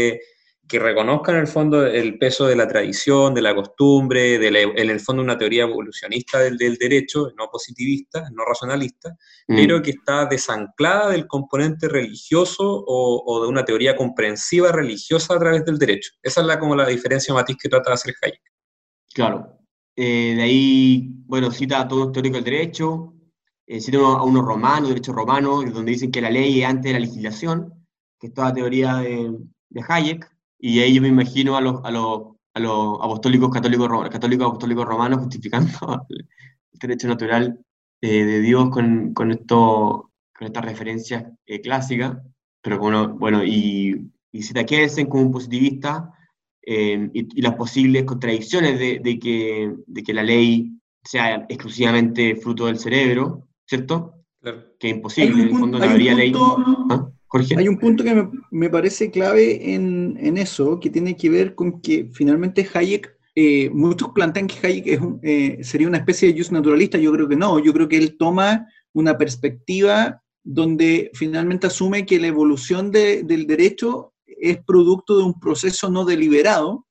que reconozca en el fondo el peso de la tradición, de la costumbre, en el fondo una teoría evolucionista del derecho, no positivista, no racionalista, pero que está desanclada del componente religioso o de una teoría comprensiva religiosa a través del derecho. Esa es como la diferencia matiz que trata de hacer Hayek. Claro. De ahí, bueno, cita a todos los teóricos del derecho, cita a unos romanos, derecho romano, donde dicen que la ley es antes de la legislación, que es toda teoría de Hayek, y ahí yo me imagino a los apostólicos católicos apostólicos romanos justificando el derecho natural de Dios con estas referencias clásicas, pero bueno, y cita a Kelsen como un positivista, y las posibles contradicciones de que la ley sea exclusivamente fruto del cerebro, ¿cierto? Claro. Que es imposible, en el fondo no habría ley. ¿Ah? Jorge. Hay un punto que me parece clave en eso, que tiene que ver con que finalmente Hayek, muchos plantean que Hayek sería una especie de jus naturalista. Yo creo que no, yo creo que él toma una perspectiva donde finalmente asume que la evolución del derecho es producto de un proceso no deliberado,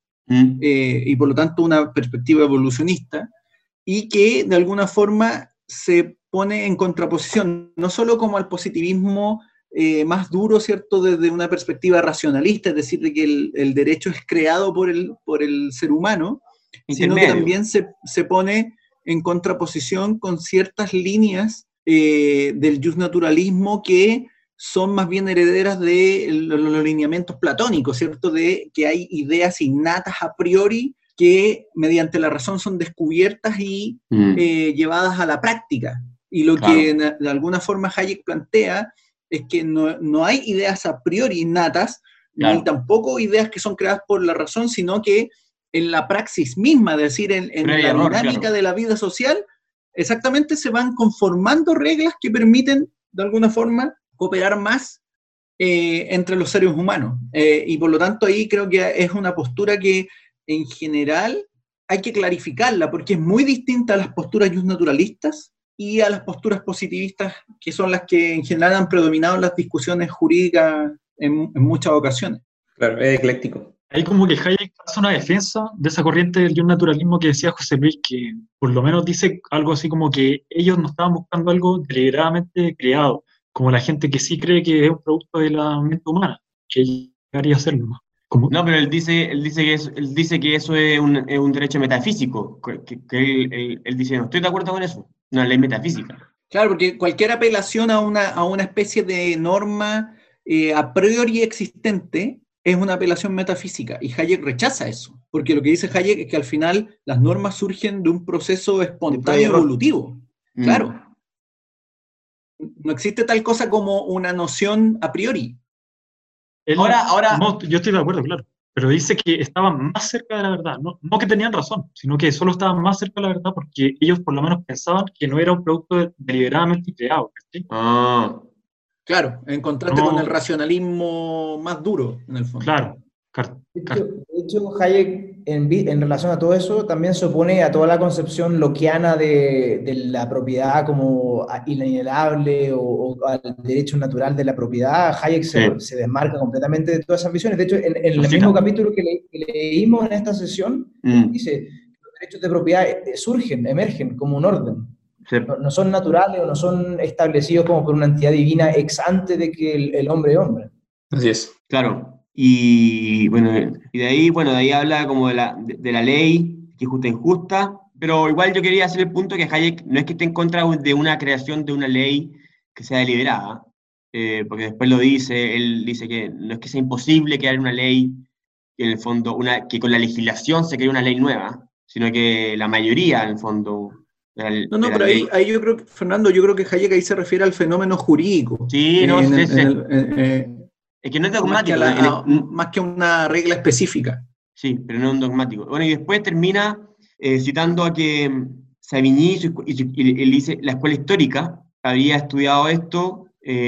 y por lo tanto una perspectiva evolucionista, y que de alguna forma se pone en contraposición, no solo como al positivismo más duro, ¿cierto?, desde una perspectiva racionalista, es decir, de que el derecho es creado por el ser humano, sino que también se pone en contraposición con ciertas líneas del justnaturalismo que son más bien herederas de los lineamientos platónicos, ¿cierto?, de que hay ideas innatas a priori que mediante la razón son descubiertas y llevadas a la práctica. Y lo que de alguna forma Hayek plantea es que no hay ideas a priori innatas, ni tampoco ideas que son creadas por la razón, sino que en la praxis misma, es decir, en la dinámica de la vida social, exactamente se van conformando reglas que permiten, de alguna forma, cooperar más entre los seres humanos. Y por lo tanto ahí creo que es una postura que en general hay que clarificarla, porque es muy distinta a las posturas justnaturalistas y a las posturas positivistas, que son las que en general han predominado en las discusiones jurídicas en muchas ocasiones. Claro, es ecléctico. Ahí como que Hayek hace una defensa de esa corriente del naturalismo que decía José Luis, que por lo menos dice algo así como que ellos no estaban buscando algo deliberadamente creado, como la gente que sí cree que es un producto de la mente humana, que llegaría a hacerlo más. No, pero él dice que eso es un derecho metafísico, que él dice, no estoy de acuerdo con eso, una ley metafísica. Claro, porque cualquier apelación a una especie de norma a priori existente es una apelación metafísica, y Hayek rechaza eso, porque lo que dice Hayek es que al final las normas surgen de un proceso espontáneo evolutivo. Claro. No existe tal cosa como una noción a priori. Ahora no, yo estoy de acuerdo, claro, pero dice que estaban más cerca de la verdad, no que tenían razón, sino que solo estaban más cerca de la verdad porque ellos por lo menos pensaban que no era un producto deliberadamente creado. ¿Sí? Claro, en contraste No. con el racionalismo más duro, en el fondo. Claro. De hecho, Hayek, en relación a todo eso, también se opone a toda la concepción lockeana de la propiedad como inalienable o al derecho natural de la propiedad. Hayek se desmarca completamente de todas esas visiones. De hecho, en el mismo capítulo que leímos en esta sesión, dice que los derechos de propiedad surgen, emergen como un orden. Sí. No son naturales o no son establecidos como por una entidad divina ex ante de que el hombre es hombre. Así es. Claro. Y bueno, y de ahí habla como de la ley, que es justa e injusta, pero igual yo quería hacer el punto que Hayek no es que esté en contra de una creación de una ley que sea deliberada, porque después lo dice, él dice que no es que sea imposible crear una ley, que en el fondo, que con la legislación se cree una ley nueva, sino que la mayoría, en el fondo... No, pero ahí yo creo que, Fernando, que Hayek ahí se refiere al fenómeno jurídico. Sí, no, es que no es dogmático. Más que una regla específica. Sí, pero no es un dogmático. Bueno, y después termina citando a que Savigny, él dice, la escuela histórica habría estudiado esto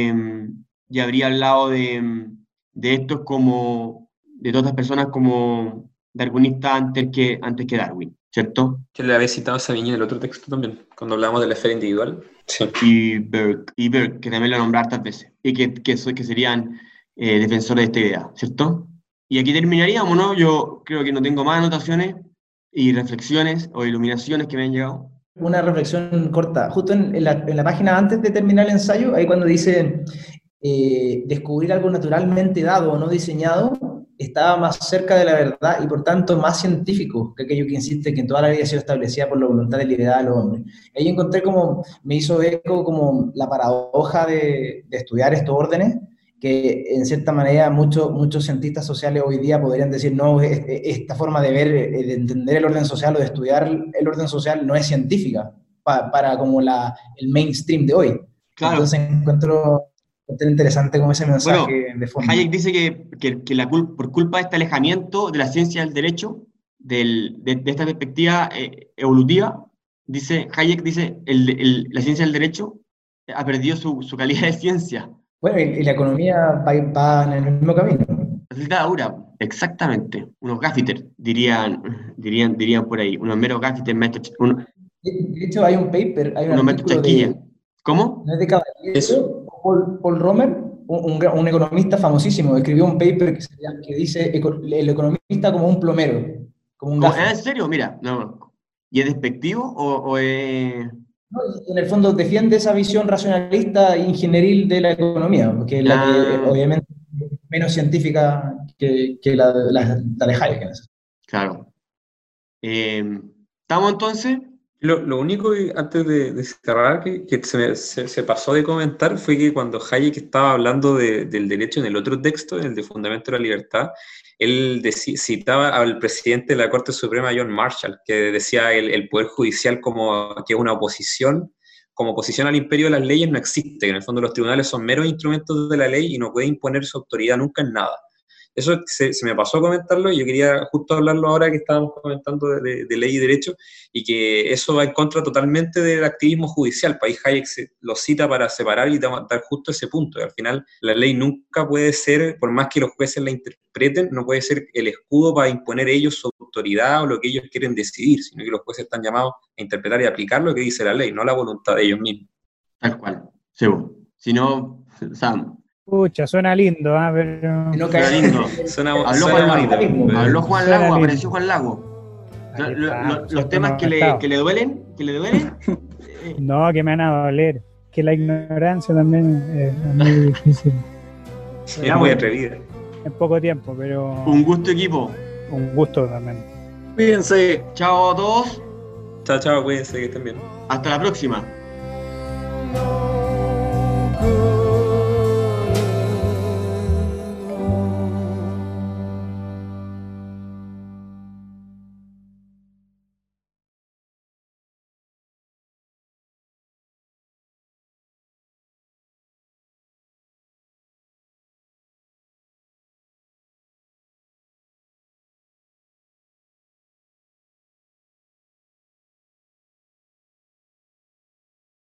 y habría hablado de estos como, de todas las personas como darwinistas antes que Darwin, ¿cierto? Que le había citado a Savigny en el otro texto también, cuando hablábamos de la esfera individual. Sí. Y Burke, que también lo nombró hartas veces, y que serían defensores de esta idea, ¿cierto? Y aquí terminaríamos, ¿no? Yo creo que no tengo más anotaciones y reflexiones o iluminaciones que me han llegado. Una reflexión corta. Justo en la página antes de terminar el ensayo, ahí cuando dice descubrir algo naturalmente dado o no diseñado, estaba más cerca de la verdad y por tanto más científico que aquello que insiste que en toda la vida ha sido establecida por la voluntad deliberada de los hombres. Ahí encontré me hizo eco como la paradoja de estudiar estos órdenes, que en cierta manera muchos cientistas sociales hoy día podrían decir, no, esta forma de ver, de entender el orden social o de estudiar el orden social no es científica para como el mainstream de hoy. Claro. Entonces encuentro interesante como ese mensaje de fondo. Hayek dice que por culpa de este alejamiento de la ciencia del derecho, de esta perspectiva evolutiva, Hayek dice, la ciencia del derecho ha perdido su calidad de ciencia. Bueno, y la economía va en el mismo camino. La dictadura, exactamente. Unos gaffiters, dirían por ahí. Unos meros gaffiters. De hecho, hay un paper, hay un artículo de... ¿Cómo? No es de Caballero, Paul Romer, un economista famosísimo, escribió un paper que dice el economista como un plomero, como un gaffiter. ¿En serio? Mira, no. ¿Y es despectivo o es...? No, en el fondo defiende esa visión racionalista e ingenieril de la economía, que es la que obviamente es menos científica que la de Hayek. Claro. ¿Estamos entonces? Lo único que antes de cerrar que se pasó de comentar fue que cuando Hayek estaba hablando del derecho en el otro texto, en el de Fundamento de la Libertad, él citaba al presidente de la Corte Suprema, John Marshall, que decía el Poder Judicial como que es una oposición, como oposición al imperio de las leyes no existe, que en el fondo los tribunales son meros instrumentos de la ley y no puede imponer su autoridad nunca en nada. Eso se me pasó a comentarlo y yo quería justo hablarlo ahora que estábamos comentando de ley y derecho, y que eso va en contra totalmente del activismo judicial. Ahí Hayek lo cita para separar y dar justo ese punto. Y al final la ley nunca puede ser, por más que los jueces la interpreten, no puede ser el escudo para imponer ellos su autoridad o lo que ellos quieren decidir, sino que los jueces están llamados a interpretar y aplicar lo que dice la ley, no la voluntad de ellos mismos. Tal cual, seguro. Si no, Sam... Pucha, suena lindo, pero... Suena lindo. Habló Juan Lago, apareció Juan Lago. Los temas que le duelen, No, que me van a doler. Que la ignorancia también es muy difícil. Es muy atrevida. En poco tiempo, pero... Un gusto, equipo. Un gusto también. Cuídense. Chao a todos. Chao, cuídense, que estén bien. Hasta la próxima.